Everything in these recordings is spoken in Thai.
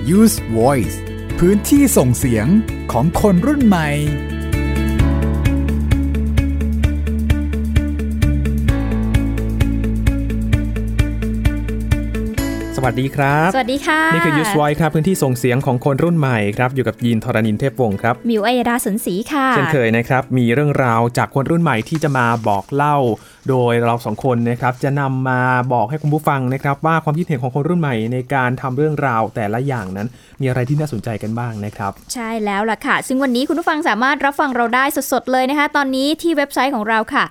Use Voice พื้นที่ส่งเสียงของคนรุ่นใหม่สวัสดีครับสวัสดีค่ะนี่คือ Use Voice ครับพื้นที่ส่งเสียงของคนรุ่นใหม่ครับอยู่กับยีนทรณินเทพวงศ์ครับมิวอัยดาสนศรีค่ะเช่นเคยนะครับมีเรื่องราวจากคนรุ่นใหม่ที่จะมาบอกเล่าโดยเราสองคนนะครับจะนำมาบอกให้คุณผู้ฟังนะครับว่าความคิดเห็นของคนรุ่นใหม่ในการทำเรื่องราวแต่ละอย่างนั้นมีอะไรที่น่าสนใจกันบ้างนะครับใช่แล้วล่ะค่ะซึ่งวันนี้คุณผู้ฟังสามารถรับฟังเราได้สดๆเลยนะคะตอนนี้ที่เว็บไซต์ของเราค่ะ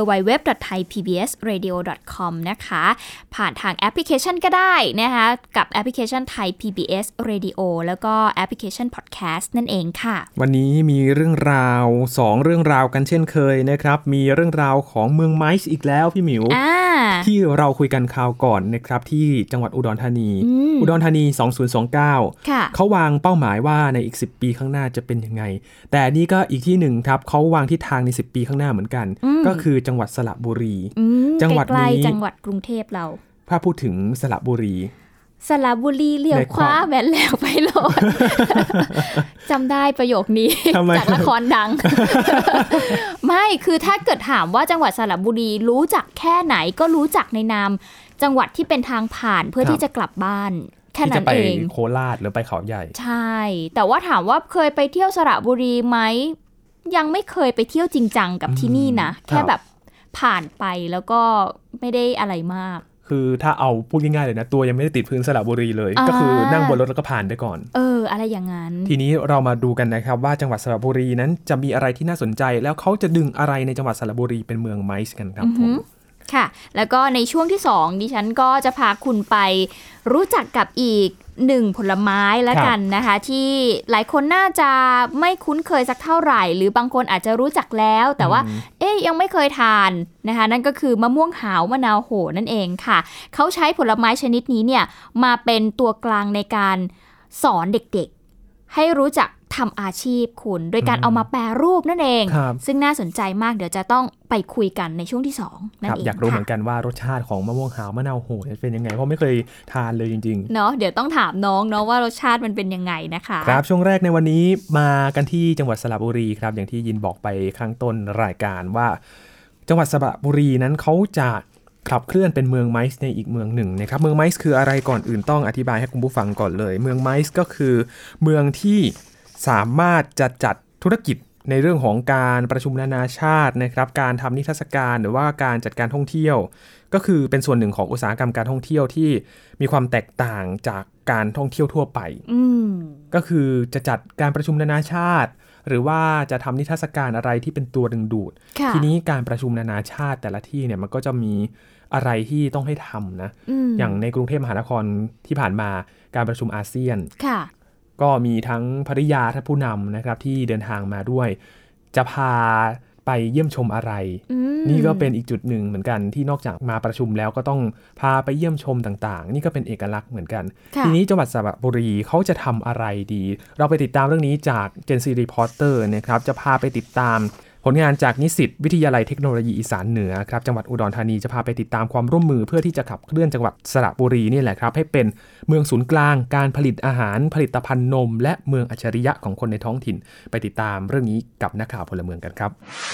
www.thaipbsradio.com นะคะผ่านทางแอปพลิเคชันก็ได้นะคะกับแอปพลิเคชัน Thai PBS Radio แล้วก็แอปพลิเคชัน Podcast นั่นเองค่ะวันนี้มีเรื่องราว2เรื่องราวกันเช่นเคยนะครับมีเรื่องราวของเมืองไมซ์อีกแล้วพี่หมิวที่เราคุยกันคราวก่อนนะครับที่จังหวัดอุดรธานีอุดรธานี2029เขาวางเป้าหมายว่าในอีก10ปีข้างหน้าจะเป็นยังไงแต่นี่ก็อีกที่หนึ่งครับเขาวางทิศทางใน10ปีข้างหน้าเหมือนกันก็คือจังหวัดสระบุรีจังหวัดนี้จังหวัดกรุงเทพเราถ้าพูดถึงสระบุรีเลี้ยวขวาแม่นแล้วไปโลด จำได้ประโยคนี้จากละครดัง ไม่คือถ้าเกิดถามว่าจังหวัดสระบุรีรู้จักแค่ไหนก็รู้จักในนามจังหวัดที่เป็นทางผ่านเพื่อที่จะกลับบ้านแค่นั้นเองโคราชหรือไปเขาใหญ่ใช่แต่ว่าถามว่าเคยไปเที่ยวสระบุรีไหมยังไม่เคยไปเที่ยวจริงจังกับที่นี่นะแค่แบบผ่านไปแล้วก็ไม่ได้อะไรมากคือถ้าเอาพูดง่ายๆเลยนะตัวยังไม่ได้ติดพื้นสระบุรีเลยก็คือนั่งบนรถแล้วก็ผ่านไปก่อนอะไรอย่างนั้นทีนี้เรามาดูกันนะครับว่าจังหวัดสระบุรีนั้นจะมีอะไรที่น่าสนใจแล้วเขาจะดึงอะไรในจังหวัดสระบุรีเป็นเมืองไมซ์กันครับผมค่ะแล้วก็ในช่วงที่2ดิฉันก็จะพาคุณไปรู้จักกับอีก1ผลไม้แล้วกันนะคะที่หลายคนน่าจะไม่คุ้นเคยสักเท่าไหร่หรือบางคนอาจจะรู้จักแล้วแต่ว่ายังไม่เคยทานนะคะนั่นก็คือมะม่วงหาวมะนาวโหนั่นเองค่ะเขาใช้ผลไม้ชนิดนี้เนี่ยมาเป็นตัวกลางในการสอนเด็กๆให้รู้จักทำอาชีพคุณโดยการเอามาแปรรูปนั่นเองซึ่งน่าสนใจมากเดี๋ยวจะต้องไปคุยกันในช่วงที่2นั่นเองอยากรู้เหมือนกันว่ารสชาติของมะม่วงหาวมะนาวโหเป็นยังไงเพราะไม่เคยทานเลยจริงๆเนาะเดี๋ยวต้องถามน้องเนาะว่ารสชาติมันเป็นยังไงนะคะครับช่วงแรกในวันนี้มากันที่จังหวัดสระบุรีครับอย่างที่ยินบอกไปข้างต้นรายการว่าจังหวัดสระบุรีนั้นเขาจะขับเคลื่อนเป็นเมืองไมซ์ในอีกเมืองหนึ่งนะครับเมืองไมซ์คืออะไรก่อนอื่นต้องอธิบายให้คุณผู้ฟังก่อนเลยเมืองไมซ์ก็คือเมืองที่สามารถจะจัดธุรกิจในเรื่องของการประชุมนานาชาตินะครับการทำนิทรรศการหรือว่าการจัดการท่องเที่ยวก็คือเป็นส่วนหนึ่งของอุตสาหกรรมการท่องเที่ยวที่มีความแตกต่างจากการท่องเที่ยวทั่วไปก็คือจะจัดการประชุมนานาชาติหรือว่าจะทำนิทรรศการอะไรที่เป็นตัวดึงดูดทีนี้การประชุมนานาชาติแต่ละที่เนี่ยมันก็จะมีอะไรที่ต้องให้ทำนะอย่างในกรุงเทพมหานครที่ผ่านมาการประชุมอาเซียนก็มีทั้งภริยาท่านผู้นำนะครับที่เดินทางมาด้วยจะพาไปเยี่ยมชมอะไรนี่ก็เป็นอีกจุดหนึ่งเหมือนกันที่นอกจากมาประชุมแล้วก็ต้องพาไปเยี่ยมชมต่างๆนี่ก็เป็นเอกลักษณ์เหมือนกันทีนี้จังหวัดสระบุรีเขาจะทำอะไรดีเราไปติดตามเรื่องนี้จาก Gen Z Reporter นะครับจะพาไปติดตามผลงานจากนิสิตวิทยาลัยเทคโนโลยีอีสานเหนือครับจังหวัดอุดรธานีจะพาไปติดตามความร่วมมือเพื่อที่จะขับเคลื่อนจังหวัดสระบุรีนี่แหละครับให้เป็นเมืองศูนย์กลางการผลิตอาหารผลิตภัณฑ์นมและเมืองอัจฉริยะของคนในท้องถิ่นไปติดตามเรื่องนี้กับนักข่าวพลเมืองกันครับ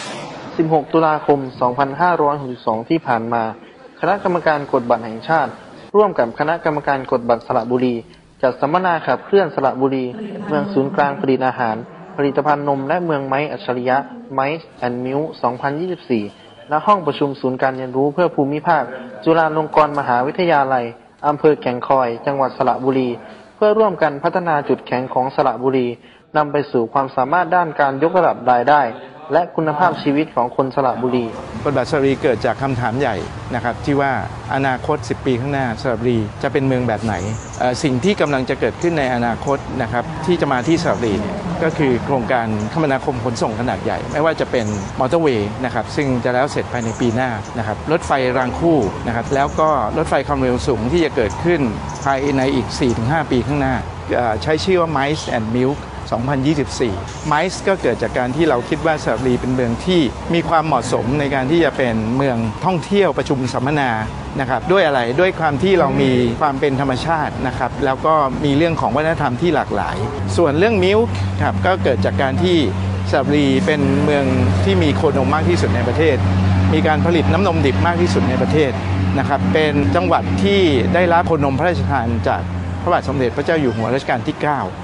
16 ตุลาคม 2562 ที่ผ่านมาคณะกรรมการกฎบัตรแห่งชาติร่วมกับคณะกรรมการกฎบัตรสระบุรีจัดสัมมนาขับเคลื่อนสระบุรีเมืองศูนย์กลางผลิตอาหารผลิตภัณฑ์นมและเมืองไม้อัจฉริยะ Mice and Milk 2024 ณ ห้องประชุมศูนย์การเรียนรู้เพื่อภูมิภาคจุฬาลงกรณ์มหาวิทยาลัยอำเภอแก่งคอยจังหวัดสระบุรีเพื่อร่วมกันพัฒนาจุดแข็งของสระบุรีนำไปสู่ความสามารถด้านการยกระดับรายได้และคุณภาพชีวิตของคนสระบุรีกฎบัตรสระบุรีเกิดจากคำถามใหญ่นะครับที่ว่าอนาคต10ปีข้างหน้าสระบุรีจะเป็นเมืองแบบไหนสิ่งที่กำลังจะเกิดขึ้นในอนาคตนะครับที่จะมาที่สระบุรีก็คือโครงการคมนาคมขนส่งขนาดใหญ่ไม่ว่าจะเป็นมอเตอร์เวย์นะครับซึ่งจะแล้วเสร็จภายในปีหน้านะครับรถไฟรางคู่นะครับแล้วก็รถไฟความเร็วสูงที่จะเกิดขึ้นภายในอีก 4-5 ปีข้างหน้าใช้ชื่อว่า Mice and Milk 2024 ไมซ์ก็เกิดจากการที่เราคิดว่าสระบุรีเป็นเมืองที่มีความเหมาะสมในการที่จะเป็นเมืองท่องเที่ยวประชุมสัมมนานะครับด้วยอะไรด้วยความที่เรามีความเป็นธรรมชาตินะครับแล้วก็มีเรื่องของวัฒนธรรมที่หลากหลายส่วนเรื่องมิลค์ครับก็เกิดจากการที่สระบุรีเป็นเมืองที่มีโคนมมากที่สุดในประเทศมีการผลิตน้ำนมดิบมากที่สุดในประเทศนะครับเป็นจังหวัดที่ได้รับโคนมพระราชทานจากพระบาทสมเด็จพระเจ้าอยู่หัวรัชกาลที่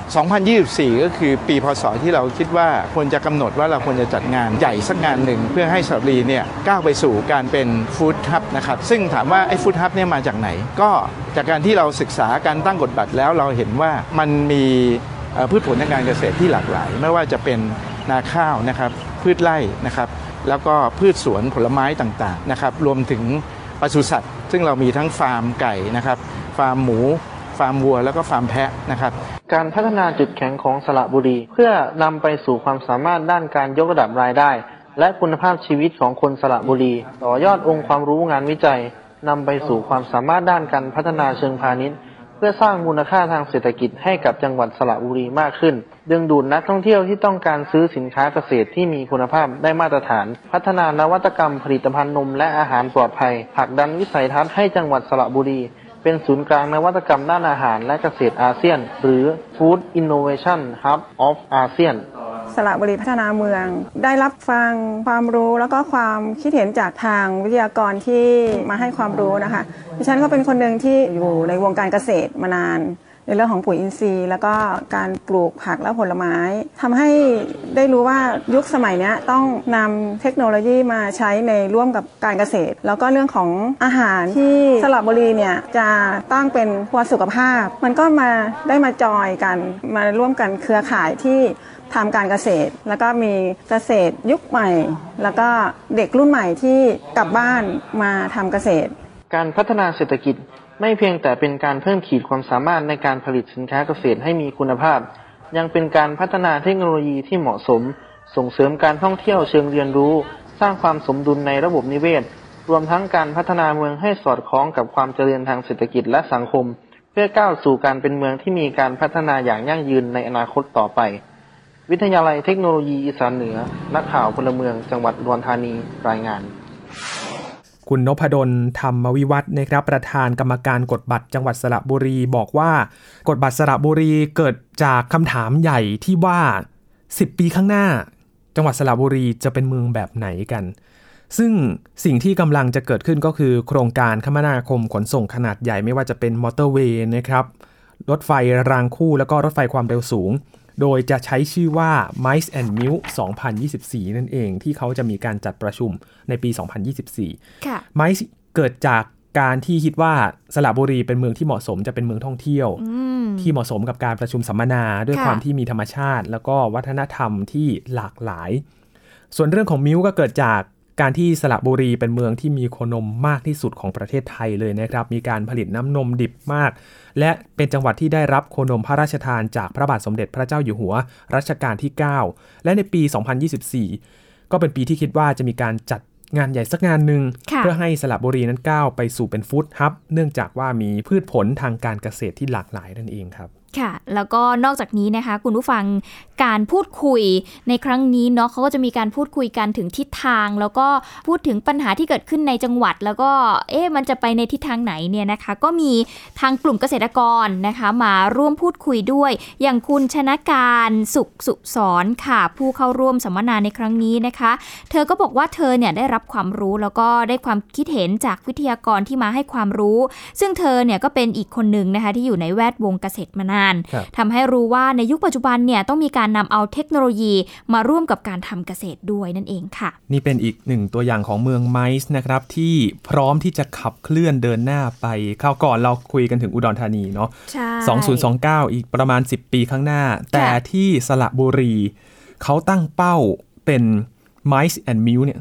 9 2024 ก็คือปีพ.ศ. ที่เราคิดว่าควรจะกำหนดว่าเราควรจะจัดงานใหญ่สักงานหนึ่งเพื่อให้สระบุรีเนี่ยก้าวไปสู่การเป็นฟู้ดฮับนะครับซึ่งถามว่าไอ้ฟู้ดฮับเนี่ยมาจากไหนก็จากการที่เราศึกษาการตั้งกฎบัตรแล้วเราเห็นว่ามันมีพืชผลทางการเกษตรที่หลากหลายไม่ว่าจะเป็นนาข้าวนะครับพืชไร่นะครับแล้วก็พืชสวนผลไม้ต่างๆนะครับรวมถึงปศุสัตว์ซึ่งเรามีทั้งฟาร์มไก่นะครับฟาร์มหมูฟาร์มวัวแล้วก็ฟาร์มแพะนะครับการพัฒนาจุดแข็งของสระบุรีเพื่อนำไปสู่ความสามารถด้านการยกระดับรายได้และคุณภาพชีวิตของคนสระบุรีต่อยอดองค์ความรู้งานวิจัยนำไปสู่ความสามารถด้านการพัฒนาเชิงพาณิชย์เพื่อสร้างมูลค่าทางเศรษฐกิจให้กับจังหวัดสระบุรีมากขึ้นดึงดูดนักท่องเที่ยวที่ต้องการซื้อสินค้าเกษตรที่มีคุณภาพได้มาตรฐานพัฒนานวัตกรรมผลิตภัณฑ์นมและอาหารปลอดภัยผลักดันวิสัยทัศน์ให้จังหวัดสระบุรีเป็นศูนย์กลางนวัตกรรมด้านอาหารและเกษตรอาเซียนหรือ Food Innovation Hub of ASEAN สระบุรีพัฒนาเมืองได้รับฟังความรู้แล้วก็ความคิดเห็นจากทางวิทยากรที่มาให้ความรู้นะคะดิฉันก็เป็นคนหนึ่งที่อยู่ในวงการเกษตรมานานในเรื่องของปุ๋ยอินทรีย์แล้วก็การปลูกผักและผลไม้ทำให้ได้รู้ว่ายุคสมัยนี้ต้องนำเทคโนโลยีมาใช้ในร่วมกับการเกษตรแล้วก็เรื่องของอาหารที่สระบุรีเนี่ยจะตั้งเป็นครัวสุขภาพมันก็มาจอยกันมาร่วมกันเครือข่ายที่ทำการเกษตรแล้วก็มีเกษตรยุคใหม่แล้วก็เด็กรุ่นใหม่ที่กลับบ้านมาทำเกษตรการพัฒนาเศรษฐกิจไม่เพียงแต่เป็นการเพิ่มขีดความสามารถในการผลิตสินค้าเกษตรให้มีคุณภาพยังเป็นการพัฒนาเทคโนโลยีที่เหมาะสมส่งเสริมการท่องเที่ยวเชิงเรียนรู้สร้างความสมดุลในระบบนิเวศรวมทั้งการพัฒนาเมืองให้สอดคล้องกับความเจริญทางเศรษฐกิจและสังคมเพื่อก้าวสู่การเป็นเมืองที่มีการพัฒนาอย่างยั่งยืนในอนาคตต่อไปวิทยาลัยเทคโนโลยีอีสานเหนือนักข่าวพลเมืองจังหวัดอุดรธานีรายงานคุณนพดลธรรมวิวัฒน์นะครับประธานกรรมการกฎบัตรจังหวัดสระบุรีบอกว่ากฎบัตรสระบุรีเกิดจากคำถามใหญ่ที่ว่า10 ปีข้างหน้าจังหวัดสระบุรีจะเป็นเมืองแบบไหนกันซึ่งสิ่งที่กำลังจะเกิดขึ้นก็คือโครงการคมนาคมขนส่งขนาดใหญ่ไม่ว่าจะเป็นมอเตอร์เวย์นะครับรถไฟรางคู่แล้วก็รถไฟความเร็วสูงโดยจะใช้ชื่อว่า Mice and Milk 2024 นั่นเองที่เขาจะมีการจัดประชุมในปี 2024 ค่ะ Mice เกิดจากการที่คิดว่าสระบุรีเป็นเมืองที่เหมาะสมจะเป็นเมืองท่องเที่ยวที่เหมาะสมกับการประชุมสัมมนาด้วยความที่มีธรรมชาติแล้วก็วัฒนธรรมที่หลากหลายส่วนเรื่องของ Milk ก็เกิดจากการที่สระบุรีเป็นเมืองที่มีโคนมมากที่สุดของประเทศไทยเลยนะครับมีการผลิตน้ำนมดิบมากและเป็นจังหวัดที่ได้รับโคนมพระราชทานจากพระบาทสมเด็จพระเจ้าอยู่หัวรัชกาลที่ 9และในปี 2024 ก็เป็นปีที่คิดว่าจะมีการจัดงานใหญ่สักงานหนึ่งเพื่อให้สระบุรีนั้นก้าวไปสู่เป็นฟู้ดฮับเนื่องจากว่ามีพืชผลทางการเกษตรที่หลากหลายนั่นเองครับค่ะแล้วก็นอกจากนี้นะคะคุณผู้ฟังการพูดคุยในครั้งนี้เนาะเขาก็จะมีการพูดคุยกันถึงทิศทางแล้วก็พูดถึงปัญหาที่เกิดขึ้นในจังหวัดแล้วก็มันจะไปในทิศทางไหนเนี่ยนะคะก็มีทางกลุ่มเกษตรกรนะคะมาร่วมพูดคุยด้วยอย่างคุณชนะการสุสอนค่ะผู้เข้าร่วมสัมมนาในครั้งนี้นะคะเธอก็บอกว่าเธอเนี่ยได้รับความรู้แล้วก็ได้ความคิดเห็นจากวิทยากรที่มาให้ความรู้ซึ่งเธอเนี่ยก็เป็นอีกคนนึงนะคะที่อยู่ในแวดวงเกษตรมานานทำให้รู้ว่าในยุคปัจจุบันเนี่ยต้องมีการนำเอาเทคโนโลยีมาร่วมกับการทำเกษตรด้วยนั่นเองค่ะนี่เป็นอีกหนึ่งตัวอย่างของเมืองไมซ์นะครับที่พร้อมที่จะขับเคลื่อนเดินหน้าไปคราวก่อนเราคุยกันถึงอุดรธานีเนาะ2029อีกประมาณ10 ปีข้างหน้าแต่ที่สระบุรีเขาตั้งเป้าเป็น Mice and Milk เนี่ย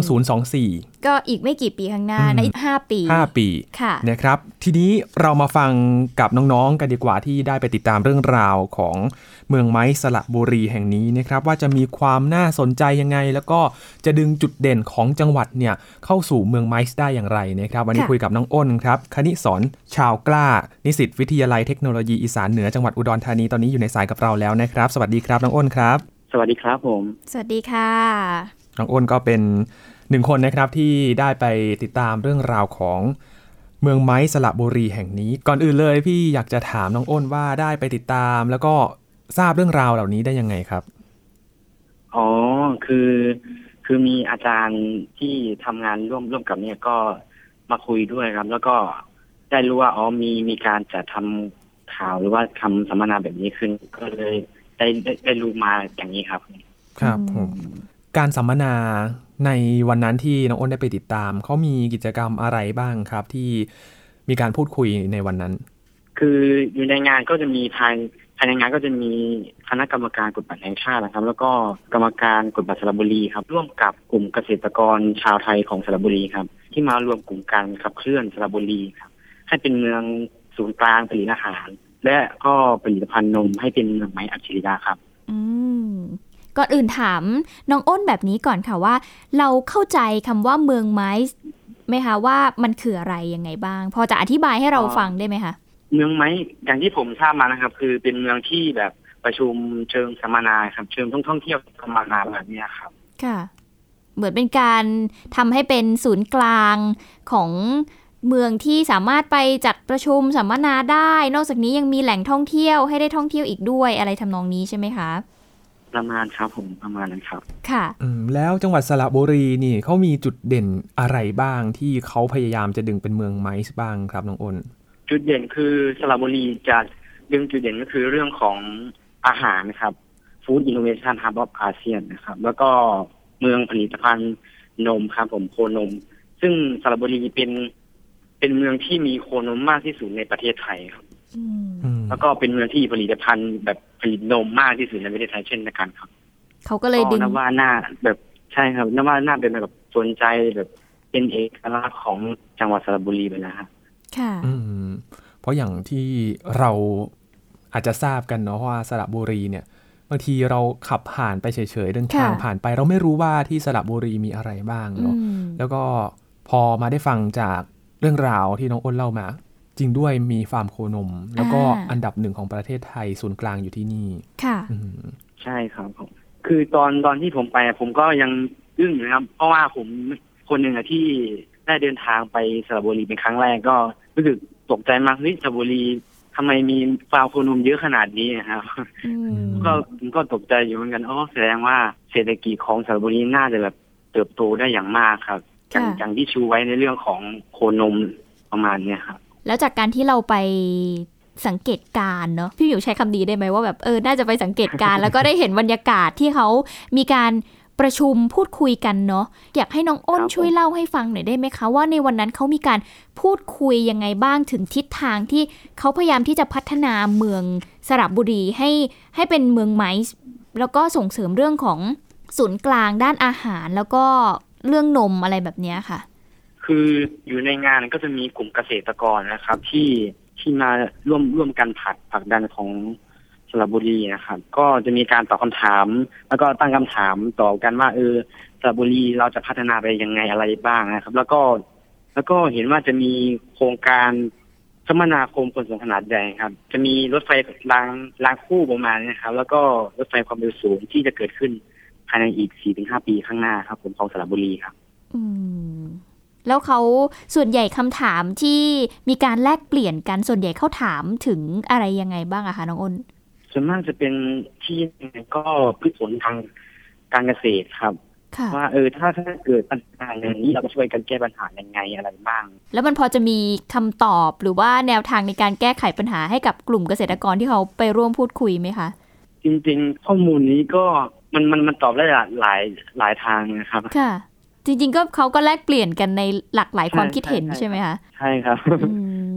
2024 ก็อีกไม่กี่ปีข้างหน้าใน5 ปีนะครับทีนี้เรามาฟังกับน้องๆกันดีกว่าที่ได้ไปติดตามเรื่องราวของเมืองไม้สระบุรีแห่งนี้นะครับว่าจะมีความน่าสนใจยังไงแล้วก็จะดึงจุดเด่นของจังหวัดเนี่ยเข้าสู่เมืองไม้ได้อย่างไรนะครับวันนี้คุยกับน้องอ้นครับคณิศรชาวกล้านิสิตวิทยาลัยเทคโนโลยีอีสานเหนือจังหวัดอุดรธานีตอนนี้อยู่ในสายกับเราแล้วนะครับสวัสดีครับน้องอ้นครับสวัสดีครับผมสวัสดีค่ะน้องอ้นก็เป็น1คนนะครับที่ได้ไปติดตามเรื่องราวของเมืองไม้สระบุรีแห่งนี้ก่อนอื่นเลยพี่อยากจะถามน้องอ้นว่าได้ไปติดตามแล้วก็ทราบเรื่องราวเหล่านี้ได้ยังไงครับอ๋อคือมีอาจารย์ที่ทำงานร่วมกับเนี่ยก็มาคุยด้วยครับแล้วก็ได้รู้ว่ามีการจะทำข่าวหรือว่าทำสัมมนาแบบนี้ขึ้นก็เลยได้รู้มาอย่างนี้ครับครับผมการสัมมนาในวันนั้นที่น้องอ้นได้ไปติดตามเขามีกิจกรรมอะไรบ้างครับที่มีการพูดคุยในวันนั้นคืออยู่ในงานก็จะมีภายในงานก็จะมีคณะกรรมการกฎบัตรแห่งชาตินะครับแล้วก็กรรมการกฎบัตรสระบุรีครับร่วมกับกลุ่มเกษตรกรชาวไทยของสระบุรีครับที่มารวมกลุ่มกันขับเคลื่อนสระบุรีครับให้เป็นเมืองศูนย์กลางผลิตอาหารและก็ผลิตภัณฑ์นมให้เป็นเมืองไม้อัจฉริยะครับก่อนอื่นถามน้องอ้นแบบนี้ก่อนค่ะว่าเราเข้าใจคำว่าเมืองไม้ไหมคะว่ามันคืออะไรยังไงบ้างพอจะอธิบายให้เราฟังได้ไหมคะเมืองไม้อย่างที่ผมทราบมานะครับคือเป็นเมืองที่แบบประชุมเชิงสัมมนาครับเชิงท่องเที่ยวสัมมนาแบบนี้ครับค่ะเหมือนเป็นการทำให้เป็นศูนย์กลางของเมืองที่สามารถไปจัดประชุมสัมมนาได้นอกจากนี้ยังมีแหล่งท่องเที่ยวให้ได้ท่องเที่ยวอีกด้วยอะไรทำนองนี้ใช่ไหมคะประมาณครับผมประมาณนั้นครับค่ะแล้วจังหวัดสระบุรีนี่เขามีจุดเด่นอะไรบ้างที่เขาพยายามจะดึงเป็นเมืองไม้บ้างครับน้องอ้นจุดเด่นคือสระบุรีจะดึงจุดเด่นก็คือเรื่องของอาหารนะครับ Food Innovation Hub of ASEAN นะครับแล้วก็เมืองผลิตภัณฑ์นมครับผมโคนมซึ่งสระบุรีเป็นเมืองที่มีโคนมมากที่สุดในประเทศไทยครับแล้วก็เป็นเมืองที่ผลิตภัณฑ์แบบผลิตนมมากที่สุดในประเทศไทยเช่นกันครับเขาก็เลยดึงนว่าหน้าแบบใช่ครับนว่าหน้าเป็นแบบสนใจแบบเป็นเอกลักษณ์ของจังหวัดสระบุรีไปแล้วครับค่ะเพราะอย่างที่เราอาจจะทราบกันเนาะว่าสระบุรีเนี่ยบางทีเราขับผ่านไปเฉยๆเดินทางผ่านไปเราไม่รู้ว่าที่สระบุรีมีอะไรบ้างเนาะแล้วก็พอมาได้ฟังจากเรื่องราวที่น้องอ้นเล่ามาจริงด้วยมีฟาร์มโคนมแล้วก็อันดับ1ของประเทศไทยศูนย์กลางอยู่ที่นี่ค่ะใช่ครับผมคือตอนที่ผมไปผมก็ยังอึ้งนะครับเพราะว่าผมคนหนึ่งที่ได้เดินทางไปสระบุรีเป็นครั้งแรกก็รู้สึกตกใจมากเฮ้ยสระบุรีทำไมมีฟาร์มโคนมเยอะขนาดนี้ครับผมก็ตกใจอยู่เหมือนกันแสดงว่าเศรษฐกิจของสระบุรีน่าจะแบบเติบโตได้อย่างมากครับอย่างที่ชูไว้ในเรื่องของโคนมประมาณนี้ครับแล้วจากการที่เราไปสังเกตการเนาะพี่อยู่ใช้คำดีได้ไหมว่าแบบน่าจะไปสังเกตการ แล้วก็ได้เห็นบรรยากาศที่เขามีการประชุมพูดคุยกันเนาะอยากให้น้องอ้นช่วยเล่าให้ฟังหน่อยได้ไหมคะว่าในวันนั้นเขามีการพูดคุยยังไงบ้างถึงทิศทางที่เขาพยายามที่จะพัฒนาเมืองสระบุรีให้เป็นเมืองไม้แล้วก็ส่งเสริมเรื่องของศูนย์กลางด้านอาหารแล้วก็เรื่องนมอะไรแบบนี้ค่ะคืออยู่ในงานก็จะมีกลุ่มเกษตรกรนะครับที่มาร่วมกันผลักดันของสระบุรีนะครับก็จะมีการตอบคำถามแล้วก็ตั้งคำถามต่อกันว่าสระบุรีเราจะพัฒนาไปยังไงอะไรบ้างนะครับแล้วก็เห็นว่าจะมีโครงการคมนาคมขนส่งขนาดใหญ่ครับจะมีรถไฟรางคู่ประมาณนี้ครับแล้วก็รถไฟความเร็วสูงที่จะเกิดขึ้นภายในอีก 4-5 ปีข้างหน้าครับผมของสระบุรีครับแล้วเขาส่วนใหญ่คำถามที่มีการแลกเปลี่ยนกันส่วนใหญ่เขาถามถึงอะไรยังไงบ้างอะคะน้องอ้นส่วนมากจะเป็นที่ก็พืชผลทางการเกษตรครับว่าถ้าเกิดปัญหาอย่างนี้เราจะช่วยกันแก้ปัญหายังไงอะไรบ้างแล้วมันพอจะมีคำตอบหรือว่าแนวทางในการแก้ไขปัญหาให้กับกลุ่มเกษตรกรที่เขาไปร่วมพูดคุยไหมคะจริงๆข้อมูลนี้ก็มันตอบได้หลายทางนะครับค่ะจริงๆก็เขาก็แลกเปลี่ยนกันในหลากหลายความคิดเห็นใช่ไหมคะใช่ครับ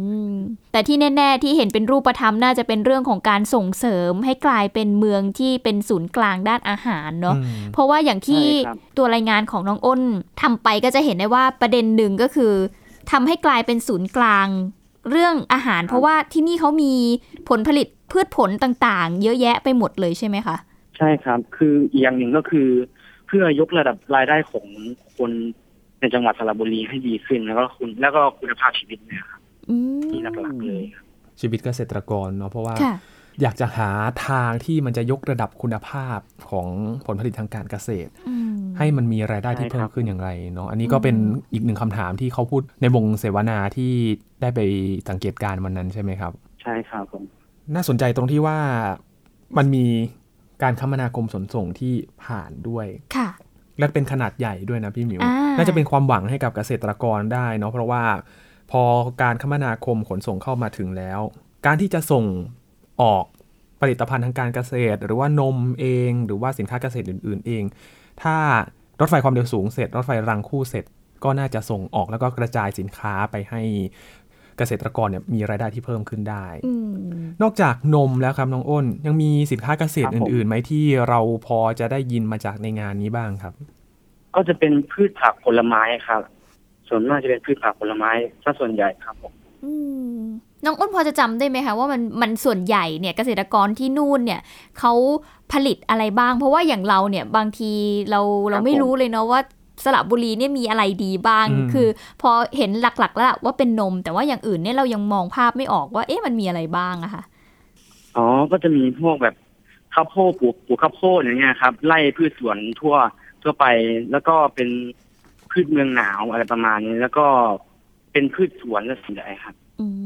แต่ที่แน่ๆที่เห็นเป็นรูปธรรมน่าจะเป็นเรื่องของการส่งเสริมให้กลายเป็นเมืองที่เป็นศูนย์กลางด้านอาหารเนาะเพราะว่าอย่างที่ตัวรายงานของน้องอ้นทำไปก็จะเห็นได้ว่าประเด็นหนึ่งก็คือทำให้กลายเป็นศูนย์กลางเรื่องอาหารเพราะว่าที่นี่เขามีผลผลิตพืชผลต่างๆเยอะแยะไปหมดเลยใช่ไหมคะใช่ครับคืออีกอย่างหนึ่งก็คือเพื่อยกระดับรายได้ของคนในจังหวัดสระบุรีให้ดีขึ้นแล้วก็คุณภาพชีวิตเนี่ยครับที่หลักๆเลยชีวิตเกษตรกรเนาะเพราะว่าอยากจะหาทางที่มันจะยกระดับคุณภาพของผลผลิตทางการเกษตรให้มันมีรายได้ที่เพิ่มขึ้นอย่างไรเนาะอันนี้ก็เป็นอีกหนึ่งคำถามที่เขาพูดในวงเสวนาที่ได้ไปสังเกตการณ์วันนั้นใช่ไหมครับใช่ครับผมน่าสนใจตรงที่ว่ามันมีการคมนาคมขนส่งที่ผ่านด้วยค่ะและเป็นขนาดใหญ่ด้วยนะพี่หมิวน่าจะเป็นความหวังให้กับเกษตรกรได้เนาะเพราะว่าพอการคมนาคมขนส่งเข้ามาถึงแล้วการที่จะส่งออกผลิตภัณฑ์ทางการเกษตรหรือว่านมเองหรือว่าสินค้าเกษตรอื่นๆเองถ้ารถไฟความเร็วสูงเสร็จรถไฟรางคู่เสร็จก็น่าจะส่งออกแล้วก็กระจายสินค้าไปให้เกษตรกรเนี่ยมีรายได้ที่เพิ่มขึ้นได้นอกจากนมแล้วครับน้องอ้นยังมีสินค้าเกษตรอื่นๆไหมที่เราพอจะได้ยินมาจากในงานนี้บ้างครับก็จะเป็นพืชผักผลไม้ครับส่วนมากจะเป็นพืชผักผลไม้ซะส่วนใหญ่ครับผมน้องอ้นพอจะจำได้ไหมคะว่ามันส่วนใหญ่เนี่ยเกษตรกรที่นู่นเนี่ยเขาผลิตอะไรบ้างเพราะว่าอย่างเราเนี่ยบางทีเราไม่รู้เลยเนาะว่าสระบุรีเนี่ยมีอะไรดีบ้างคือพอเห็นหลักๆแล้วว่าเป็นนมแต่ว่าอย่างอื่นเนี่ยเรายังมองภาพไม่ออกว่าเอ๊ะมันมีอะไรบ้างอะค่ะอ๋อก็จะมีพวกแบบข้าวโพดปลูกข้าวโพดอย่างเงี้ยครับไร่พืชสวนทั่วไปแล้วก็เป็นพืชเมืองหนาวอะไรประมาณนี้แล้วก็เป็นพืชสวนและสิ่งใดครับ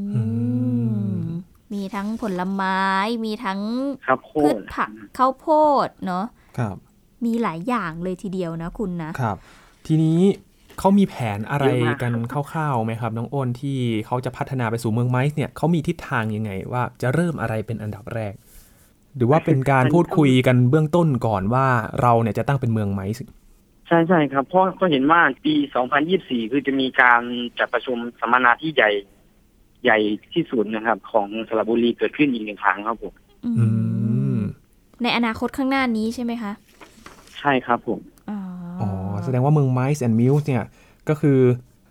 มีทั้งผลไม้มีทั้งพืชผักข้าวโพดเนาะครับมีหลายอย่างเลยทีเดียวนะคุณนะครับทีนี้เขามีแผนอะไรกันคร่าวๆไหมครับน้องอ้นที่เขาจะพัฒนาไปสู่เมืองไม้เนี่ยเขามีทิศทางยังไงว่าจะเริ่มอะไรเป็นอันดับแรกหรือว่าเป็นการพูดคุยกันเบื้องต้นก่อนว่าเราเนี่ยจะตั้งเป็นเมืองไม้ใช่ครับเพราะก็เห็นว่าปี2024คือจะมีการจัดประชุมสัมมนาที่ใหญ่ที่สุดนะครับของสระบุรีเกิดขึ้นอีกหนึ่งครั้งครับผมในอนาคตข้างหน้านี้ใช่ไหมคะใช่ครับผมแสดงว่าเมือง Mice and Mills เนี่ยก็คือ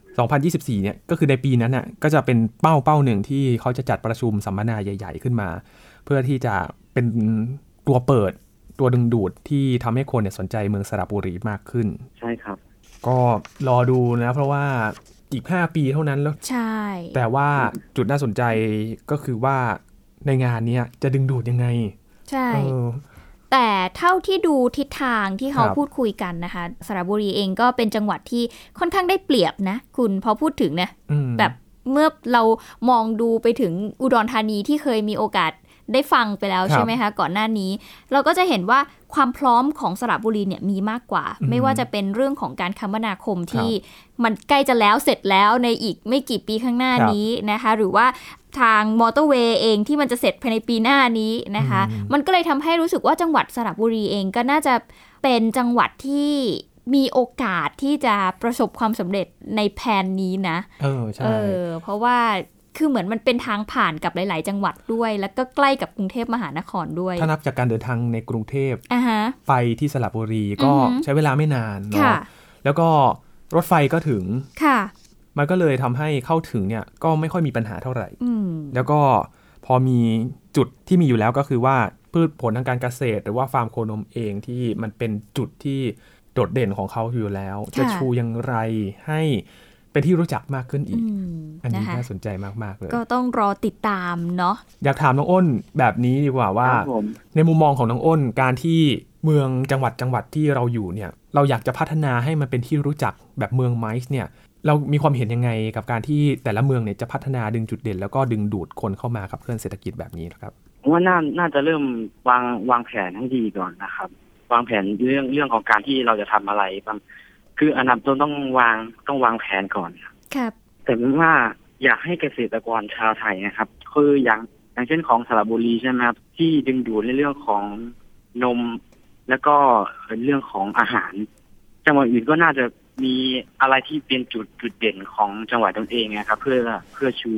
2024เนี่ยก็คือในปีนั้นน่ะก็จะเป็นเป้าหนึ่งที่เขาจะจัดประชุมสัมมนาใหญ่ๆขึ้นมาเพื่อที่จะเป็นตัวเปิดตัวดึงดูดที่ทำให้คนเนี่ยสนใจเมืองสระบุรีมากขึ้นใช่ครับก็รอดูนะเพราะว่าอีก5ปีเท่านั้นแล้วใช่แต่ว่าจุดน่าสนใจก็คือว่าในงานนี้จะดึงดูดยังไงใช่แต่เท่าที่ดูทิศทางที่เขาพูดคุยกันนะคะสระบุรีเองก็เป็นจังหวัดที่ค่อนข้างได้เปรียบนะคุณพอพูดถึงเนี่ยแบบเมื่อเรามองดูไปถึงอุดรธานีที่เคยมีโอกาสได้ฟังไปแล้วใช่ไหมคะก่อนหน้านี้เราก็จะเห็นว่าความพร้อมของสระบุรีเนี่ยมีมากกว่าไม่ว่าจะเป็นเรื่องของการคมนาคมที่มันใกล้จะแล้วเสร็จแล้วในอีกไม่กี่ปีข้างหน้านี้นะคะหรือว่าทางมอเตอร์เวย์เองที่มันจะเสร็จภายในปีหน้านี้นะคะมันก็เลยทำให้รู้สึกว่าจังหวัดสระบุรีเองก็น่าจะเป็นจังหวัดที่มีโอกาสที่จะประสบความสำเร็จในแผนนี้นะใช่เพราะว่าคือเหมือนมันเป็นทางผ่านกับหลายๆจังหวัดด้วยแล้วก็ใกล้กับกรุงเทพมหานครด้วยถ้านับจากการเดินทางในกรุงเทพไปที่สระบุรีก็ใช้เวลาไม่นานเนาะแล้วก็รถไฟก็ถึงมันก็เลยทำให้เข้าถึงเนี่ยก็ไม่ค่อยมีปัญหาเท่าไหร่แล้วก็พอมีจุดที่มีอยู่แล้วก็คือว่าพืชผลทางการเกษตรหรือว่าฟาร์มโคนมเองที่มันเป็นจุดที่โดดเด่นของเขาอยู่แล้วจะชูอย่างไรให้เป็นที่รู้จักมากขึ้นอีกอันนี้น่าสนใจมากๆเลยก็ต้องรอติดตามเนาะอยากถามน้องอ้นแบบนี้ดีกว่าว่าในมุมมองของน้องอ้นการที่เมืองจังหวัดที่เราอยู่เนี่ยเราอยากจะพัฒนาให้มันเป็นที่รู้จักแบบเมืองไมซ์เนี่ยเรามีความเห็นยังไงกับการที่แต่ละเมืองเนี่ยจะพัฒนาดึงจุดเด่นแล้วก็ดึงดูดคนเข้ามากับเครื่องเศรษฐกิจแบบนี้ครับว่าน่าจะเริ่มวางแผนให้ดีก่อนนะครับวางแผนเรื่องของการที่เราจะทำอะไรคืออันดับต้นต้องวางแผนก่อนครับแต่ว่าอยากให้เกษตรกรชาวไทยนะครับคืออย่างเช่นของสระบุรีใช่ไหมครับที่ดึงดูดในเรื่องของนมแล้วก็เรื่องของอาหารจังหวัดอื่นก็น่าจะมีอะไรที่เป็นจุดเด่นของจังหวัดตนเองนะครับเพื่อชู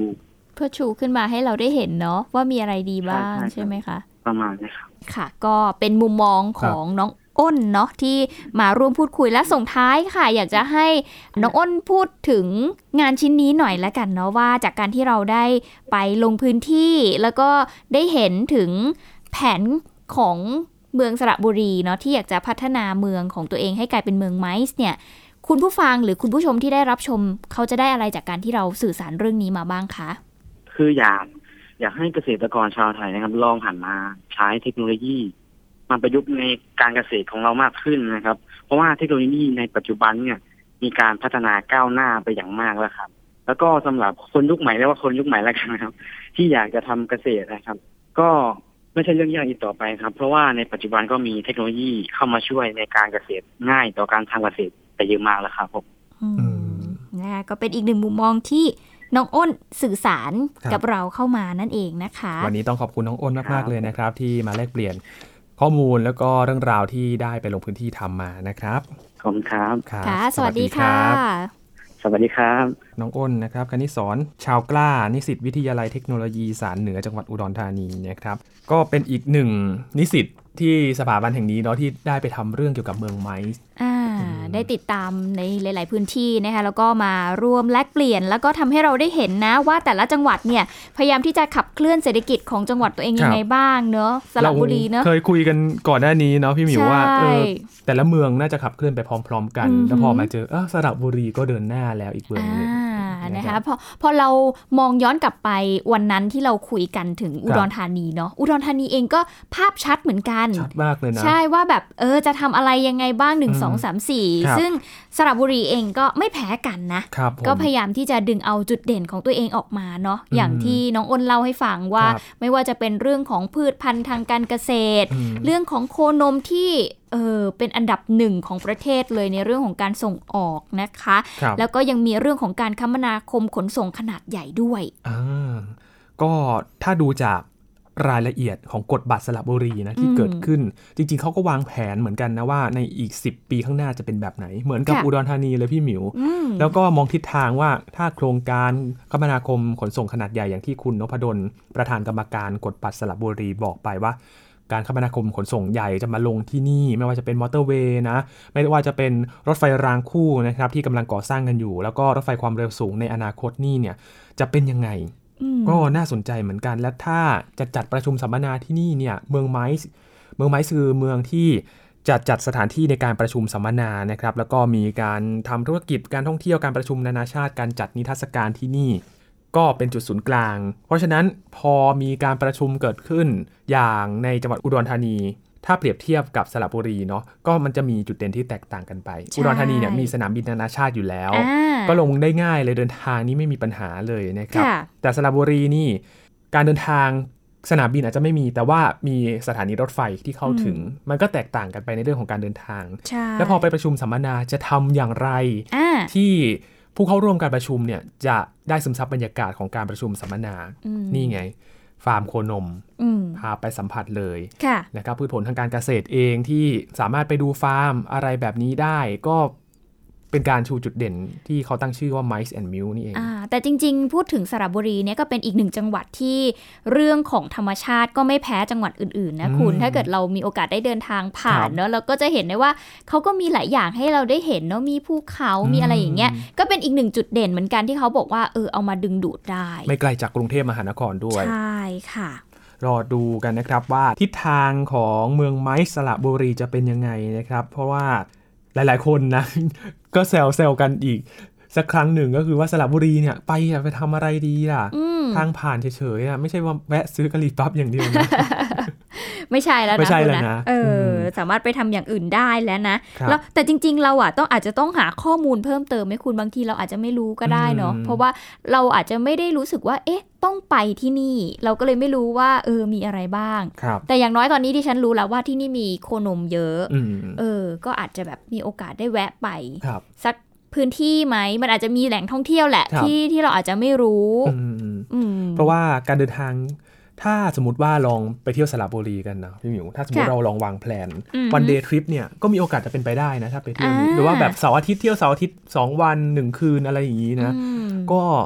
เพื่อชูขึ้นมาให้เราได้เห็นเนาะว่ามีอะไรดีบ้างใช่ไหมคะประมาณนี้ครับค่ะก็เป็นมุมมองของน้องอ้นเนาะที่มาร่วมพูดคุยและส่งท้ายค่ะอยากจะให้น้องอ้นพูดถึงงานชิ้นนี้หน่อยละกันเนาะว่าจากการที่เราได้ไปลงพื้นที่แล้วก็ได้เห็นถึงแผนของเมืองสระบุรีเนาะที่อยากจะพัฒนาเมืองของตัวเองให้กลายเป็นเมืองไมซ์เนี่ยคุณผู้ฟังหรือคุณผู้ชมที่ได้รับชมเขาจะได้อะไรจากการที่เราสื่อสารเรื่องนี้มาบ้างคะคืออยากให้เกษตรกรชาวไทยนะครับลองหันมาใช้เทคโนโลยีมาประยุกต์ในการเกษตรของเรามากขึ้นนะครับเพราะว่าเทคโนโลยีในปัจจุบันเนี่ยมีการพัฒนาก้าวหน้าไปอย่างมากแล้วครับแล้วก็สำหรับคนยุคใหม่เรียกว่าคนยุคใหม่แล้วกันนะครับที่อยากจะทำเกษตรนะครับก็ไม่ใช่เรื่องยากอีกต่อไปครับเพราะว่าในปัจจุบันก็มีเทคโนโลยีเข้ามาช่วยในการเกษตรง่ายต่อการทำเกษตรแต่เยอะมากแล้วครับผมนะก็เป็นอีกหนึ่งมุมมองที่น้องอ้นสื่อสารกับเราเข้ามานั่นเองนะคะวันนี้ต้องขอบคุณน้องอ้นมากๆเลยนะครับที่มาแลกเปลี่ยนข้อมูลแล้วก็เรื่องราวที่ได้ไปลงพื้นที่ทำมานะครับขอบคุณครับค่ะสวัสดีค่ะสวัสดีครับน้องอ้นนะครับคณิตศรชาวกล้านิสิตวิทยาลัยเทคโนโลยีสารเหนือจังหวัดอุดรธานีนะครับก็เป็นอีกหนึ่งนิสิตที่สถาบันแห่งนี้เนาะที่ได้ไปทำเรื่องเกี่ยวกับเมืองไมซ์ได้ติดตามในหลายๆพื้นที่นะคะแล้วก็มาร่วมแลกเปลี่ยนแล้วก็ทำให้เราได้เห็นนะว่าแต่ละจังหวัดเนี่ยพยายามที่จะขับเคลื่อนเศรษฐกิจของจังหวัดตัวเองยังไงบ้างเนอะสระบุรีเนอะเคยคุยกันก่อนหน้านี้เนาะพี่หมิวว่าแต่ละเมืองน่าจะขับเคลื่อนไปพร้อมๆกันแล้วพอมาเจอสระบุรีก็เดินหน้าแล้วอีกเมืองนึงนะคะพอเรามองย้อนกลับไปวันนั้นที่เราคุยกันถึงอุดรธานีเนาะอุดรธานีเองก็ภาพชัดเหมือนกันชัดมากเลยนะใช่ว่าแบบจะทำอะไรยังไงบ้าง1 2 3 4ซึ่งสระบุรีเองก็ไม่แพ้กันนะก็พยายามที่จะดึงเอาจุดเด่นของตัวเองออกมาเนาะอย่างที่น้องอ้นเล่าให้ฟังว่าไม่ว่าจะเป็นเรื่องของพืชพันธุ์ทางการเกษตรเรื่องของโคนมที่เป็นอันดับ1ของประเทศเลยในเรื่องของการส่งออกนะคะแล้วก็ยังมีเรื่องของการคมนาคมขนส่งขนาดใหญ่ด้วยก็ถ้าดูจากรายละเอียดของกฎบัตรสระบุรีนะที่เกิดขึ้นจริงๆเขาก็วางแผนเหมือนกันนะว่าในอีก10 ปีข้างหน้าจะเป็นแบบไหนเหมือนกับอุดรธานีเลยพี่หมิวแล้วก็มองทิศทางว่าถ้าโครงการคมนาคมขนส่งขนาดใหญ่อย่างที่คุณนพดลประธานกรรมการกฎบัตรสระบุรีบอกไปว่าการคมนาคมขนส่งใหญ่จะมาลงที่นี่ไม่ว่าจะเป็นมอเตอร์เวย์นะไม่ว่าจะเป็นรถไฟรางคู่นะครับที่กำลังก่อสร้างกันอยู่แล้วก็รถไฟความเร็วสูงในอนาคตนี่เนี่ยจะเป็นยังไงก็น่าสนใจเหมือนกันและถ้าจะจัดประชุมสัมมนาที่นี่เนี่ยเมืองไมซ์คือเมืองที่จัดสถานที่ในการประชุมสัมมนานะครับแล้วก็มีการทำธุรกิจการท่องเที่ยวการประชุมนานาชาติการจัดนิทรรศการที่นี่ก็เป็นจุดศูนย์กลางเพราะฉะนั้นพอมีการประชุมเกิดขึ้นอย่างในจังหวัดอุดรธานีถ้าเปรียบเทียบกับสระบุรีเนาะก็มันจะมีจุดเด่นที่แตกต่างกันไปอุดรธานีเนี่ยมีสนามบินนานาชาติอยู่แล้วก็ลงได้ง่ายเลยเดินทางนี้ไม่มีปัญหาเลยนะครับแต่สระบุรีนี่การเดินทางสนามบินอาจจะไม่มีแต่ว่ามีสถานีรถไฟที่เข้าถึงมันก็แตกต่างกันไปในเรื่องของการเดินทางแล้วพอไปประชุมสัมมนาจะทำอย่างไรที่ผู้เข้าร่วมการประชุมเนี่ยจะได้ซึมซับบรรยากาศของการประชุมสัมมนานี่ไงฟาร์มโคนมพาไปสัมผัสเลยนะครับพืชผลทางการเกษตรเองที่สามารถไปดูฟาร์มอะไรแบบนี้ได้ก็เป็นการชูจุดเด่นที่เขาตั้งชื่อว่า Mice and Milk นี่เองแต่จริงๆพูดถึงสระบุรีเนี่ยก็เป็นอีกหนึ่งจังหวัดที่เรื่องของธรรมชาติก็ไม่แพ้จังหวัดอื่นๆนะคุณถ้าเกิดเรามีโอกาสได้เดินทางผ่านเนาะเราก็จะเห็นได้ว่าเขาก็มีหลายอย่างให้เราได้เห็นเนาะมีภูเขามีอะไรอย่างเงี้ยก็เป็นอีกหนึ่งจุดเด่นเหมือนกันที่เขาบอกว่าเอามาดึงดูดได้ไม่ไกลจากกรุงเทพมหานครด้วยใช่ค่ะรอดูกันนะครับว่าทิศทางของเมืองไมซ์สระบุรีจะเป็นยังไงนะครับเพราะว่าหลายๆคนนะก็แซวกันอีกสักครั้งหนึ่งก็คือว่าสระบุรีเนี่ยไปทำอะไรดีล่ะทางผ่านเฉยๆไม่ใช่ว่าแวะซื้อกะหรี่ปั๊บอย่างเดียวนะไม่ใช่แล้วนะสามารถไปทำอย่างอื่นได้แล้วนะแล้วแต่จริงๆเราอาจจะต้องหาข้อมูลเพิ่มเติมให้คุณบางทีเราอาจจะไม่รู้ก็ได้เนาะเพราะว่าเราอาจจะไม่ได้รู้สึกว่าต้องไปที่นี่เราก็เลยไม่รู้ว่ามีอะไรบ้างแต่อย่างน้อยตอนนี้ที่ฉันรู้แล้วว่าที่นี่มีโคนมเยอะก็อาจจะแบบมีโอกาสได้แวะไปสักพื้นที่ไหมมันอาจจะมีแหล่งท่องเที่ยวแหละที่เราอาจจะไม่รู้เพราะว่าการเดินทางถ้าสมมติว่าลองไปเที่ยวสระบุรีกันนะพี่หมิวถ้าสมมติเราลองวางแผนวันเดย์ทริปเนี่ยก็มีโอกาสจะเป็นไปได้นะถ้าไปเที่ยวนี้หรือว่าแบบเสาร์อาทิตย์เที่ยวเสาร์อาทิตย์2 วัน 1 คืนอะไรอย่างนี้นะก็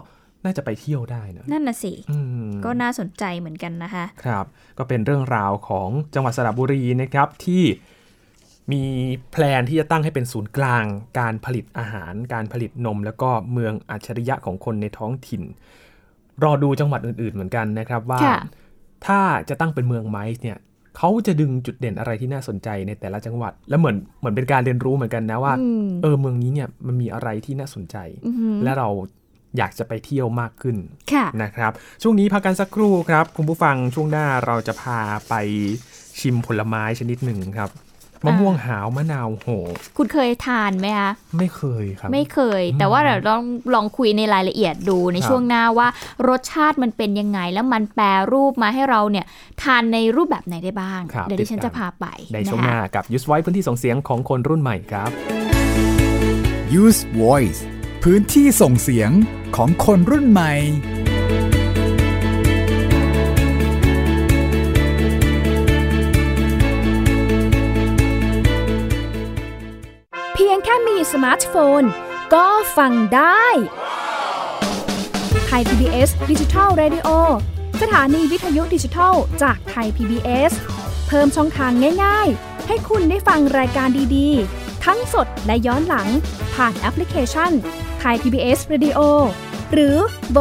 น่าจะไปเที่ยวได้นะนั่นน่ะสิก็น่าสนใจเหมือนกันนะคะครับก็เป็นเรื่องราวของจังหวัดสระบุรีนะครับที่มีแพลนที่จะตั้งให้เป็นศูนย์กลางการผลิตอาหารการผลิตนมแล้วก็เมืองอัจฉริยะของคนในท้องถิ่นรอดูจังหวัดอื่นๆเหมือนกันนะครับว่าถ้าจะตั้งเป็นเมืองไมซ์เนี่ยเขาจะดึงจุดเด่นอะไรที่น่าสนใจในแต่ละจังหวัดแล้วเหมือนเป็นการเรียนรู้เหมือนกันนะว่าเมืองนี้เนี่ยมันมีอะไรที่น่าสนใจและเราอยากจะไปเที่ยวมากขึ้นนะครับช่วงนี้พักกันสักครู่ครับคุณผู้ฟังช่วงหน้าเราจะพาไปชิมผลไม้ชนิดหนึ่งครับมะม่วงหาวมะนาวโหคุณเคยทานไหมคะไม่เคยครับไม่เคยแต่ว่าเราลองคุยในรายละเอียดดูในช่วงหน้าว่ารสชาติมันเป็นยังไงแล้วมันแปรรูปมาให้เราเนี่ยทานในรูปแบบไหนได้บ้างเดี๋ยวดิฉันจะพาไปในช่วงหน้ากับ Use Voice พื้นที่ส่งเสียงของคนรุ่นใหม่ครับ Use Voice พื้นที่ส่งเสียงของคนรุ่นใหม่เพียงแค่มีสมาร์ทโฟนก็ฟังได้ไทย PBS Digital Radio สถานีวิทยุดิจิทัลจากไทย PBS เพิ่มช่องทางง่ายๆให้คุณได้ฟังรายการดีๆทั้งสดและย้อนหลังผ่านแอปพลิเคชัน Thai PBS Radio หรือ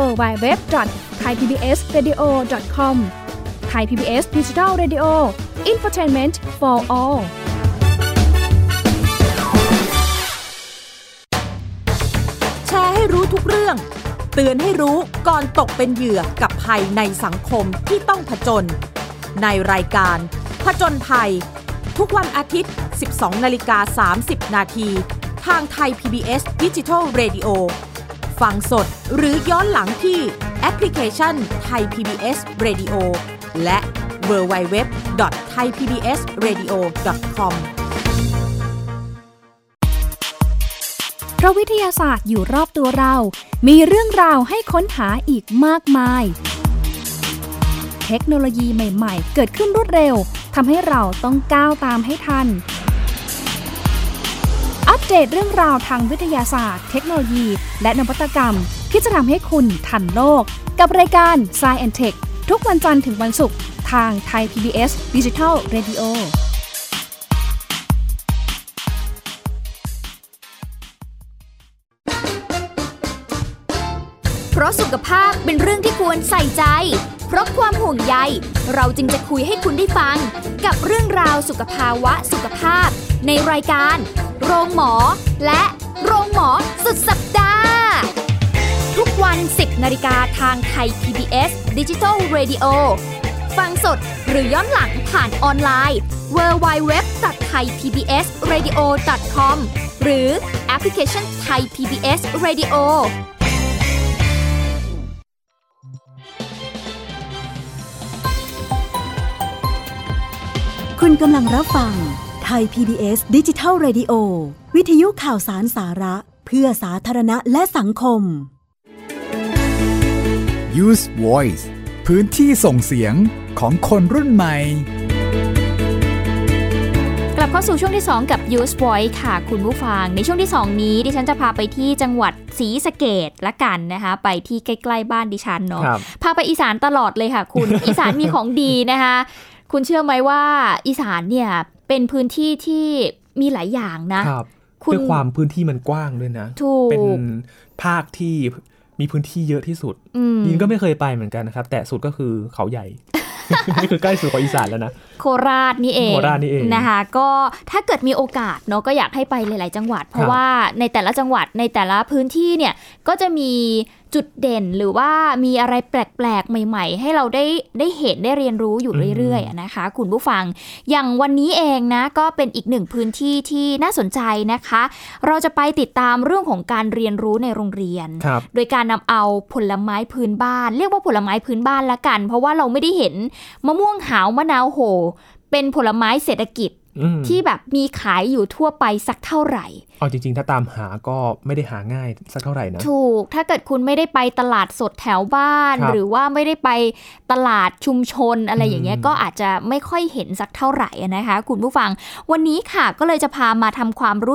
www.thaipbsradio.com Thai PBS Digital Radio Infotainment for all แชร์ให้รู้ทุกเรื่องเตือนให้รู้ก่อนตกเป็นเหยื่อกับภัยในสังคมที่ต้องผจญในรายการผจญภัยทุกวันอาทิตย์ 12:30 นาทีทางไทย PBS Digital Radio ฟังสดหรือย้อนหลังที่แอปพลิเคชันไทย PBS Radio และ www.thaipbsradio.com เพราะวิทยาศาสตร์อยู่รอบตัวเรามีเรื่องราวให้ค้นหาอีกมากมายเทคโนโลยีใหม่ๆเกิดขึ้นรวดเร็วทำให้เราต้องก้าวตามให้ทันอัปเดตเรื่องราวทางวิทยาศาสตร์เทคโนโลยีและนวัตกรรมที่จะทำให้คุณทันโลกกับรายการ Science and Tech ทุกวันจันทร์ถึงวันศุกร์ทางไทย PBS Digital Radio เพราะสุขภาพเป็นเรื่องที่ควรใส่ใจเพราะความห่วงใยเราจึงจะคุยให้คุณได้ฟังกับเรื่องราวสุขภาวะสุขภาพในรายการโรงหมอและโรงหมอสุดสัปดาห์ทุกวัน 10 นาฬิกาทางไทย PBS Digital Radio ฟังสดหรือย้อนหลังผ่านออนไลน์ www.thaipbsradio.com หรือแอปพลิเคชัน Thai PBS Radio คุณกำลังรับฟังไทย PBS Digital Radio วิทยุข่าวสารสาระเพื่อสาธารณะและสังคม Use Voice พื้นที่ส่งเสียงของคนรุ่นใหม่กลับเข้าสู่ช่วงที่2กับ Use Voice ค่ะคุณผู้ฟังในช่วงที่2นี้ดิฉันจะพาไปที่จังหวัดศรีสะเกษละกันนะคะไปที่ใกล้ๆบ้านดิฉันเนาะพาไปอีสานตลอดเลยค่ะคุณ อีสานมีของดีนะคะคุณเชื่อไหมว่าอีสานเนี่ยเป็นพื้นที่ที่มีหลายอย่างนะด้วยความพื้นที่มันกว้างด้วยนะเป็นภาคที่มีพื้นที่เยอะที่สุดยินก็ไม่เคยไปเหมือนกันนะครับแต่สุดก็คือเขาใหญ่ นี่คือใกล้สุดของอีสานแล้วนะโคราชนี่เองนะคะก็ถ้าเกิดมีโอกาสเนาะก็อยากให้ไปหลายๆจังหวัดเพราะว่าในแต่ละจังหวัดในแต่ละพื้นที่เนี่ยก็จะมีจุดเด่นหรือว่ามีอะไรแปลกๆใหม่ๆให้เราได้เห็นได้เรียนรู้อยู่เรื่อยๆนะคะคุณผู้ฟังอย่างวันนี้เองนะก็เป็นอีกหนึ่งพื้นที่ที่น่าสนใจนะคะเราจะไปติดตามเรื่องของการเรียนรู้ในโรงเรียนโดยการนำเอาผลไม้พื้นบ้านเรียกว่าผลไม้พื้นบ้านละกันเพราะว่าเราไม่ได้เห็นมะม่วงหาวมะนาวโหเป็นผลไม้เศรษฐกิจที่แบบมีขายอยู่ทั่วไปสักเท่าไหร่เอาจริงๆถ้าตามหาก็ไม่ได้หาง่ายสักเท่าไหร่นะถูกถ้าเกิดคุณไม่ได้ไปตลาดสดแถวบ้านหรือว่าไม่ได้ไปตลาดชุมชนอะไรอย่างเงี้ยก็อาจจะไม่ค่อยเห็นสักเท่าไหร่นะคะคุณผู้ฟังวันนี้ค่ะก็เลยจะพามาทำความรู้จัก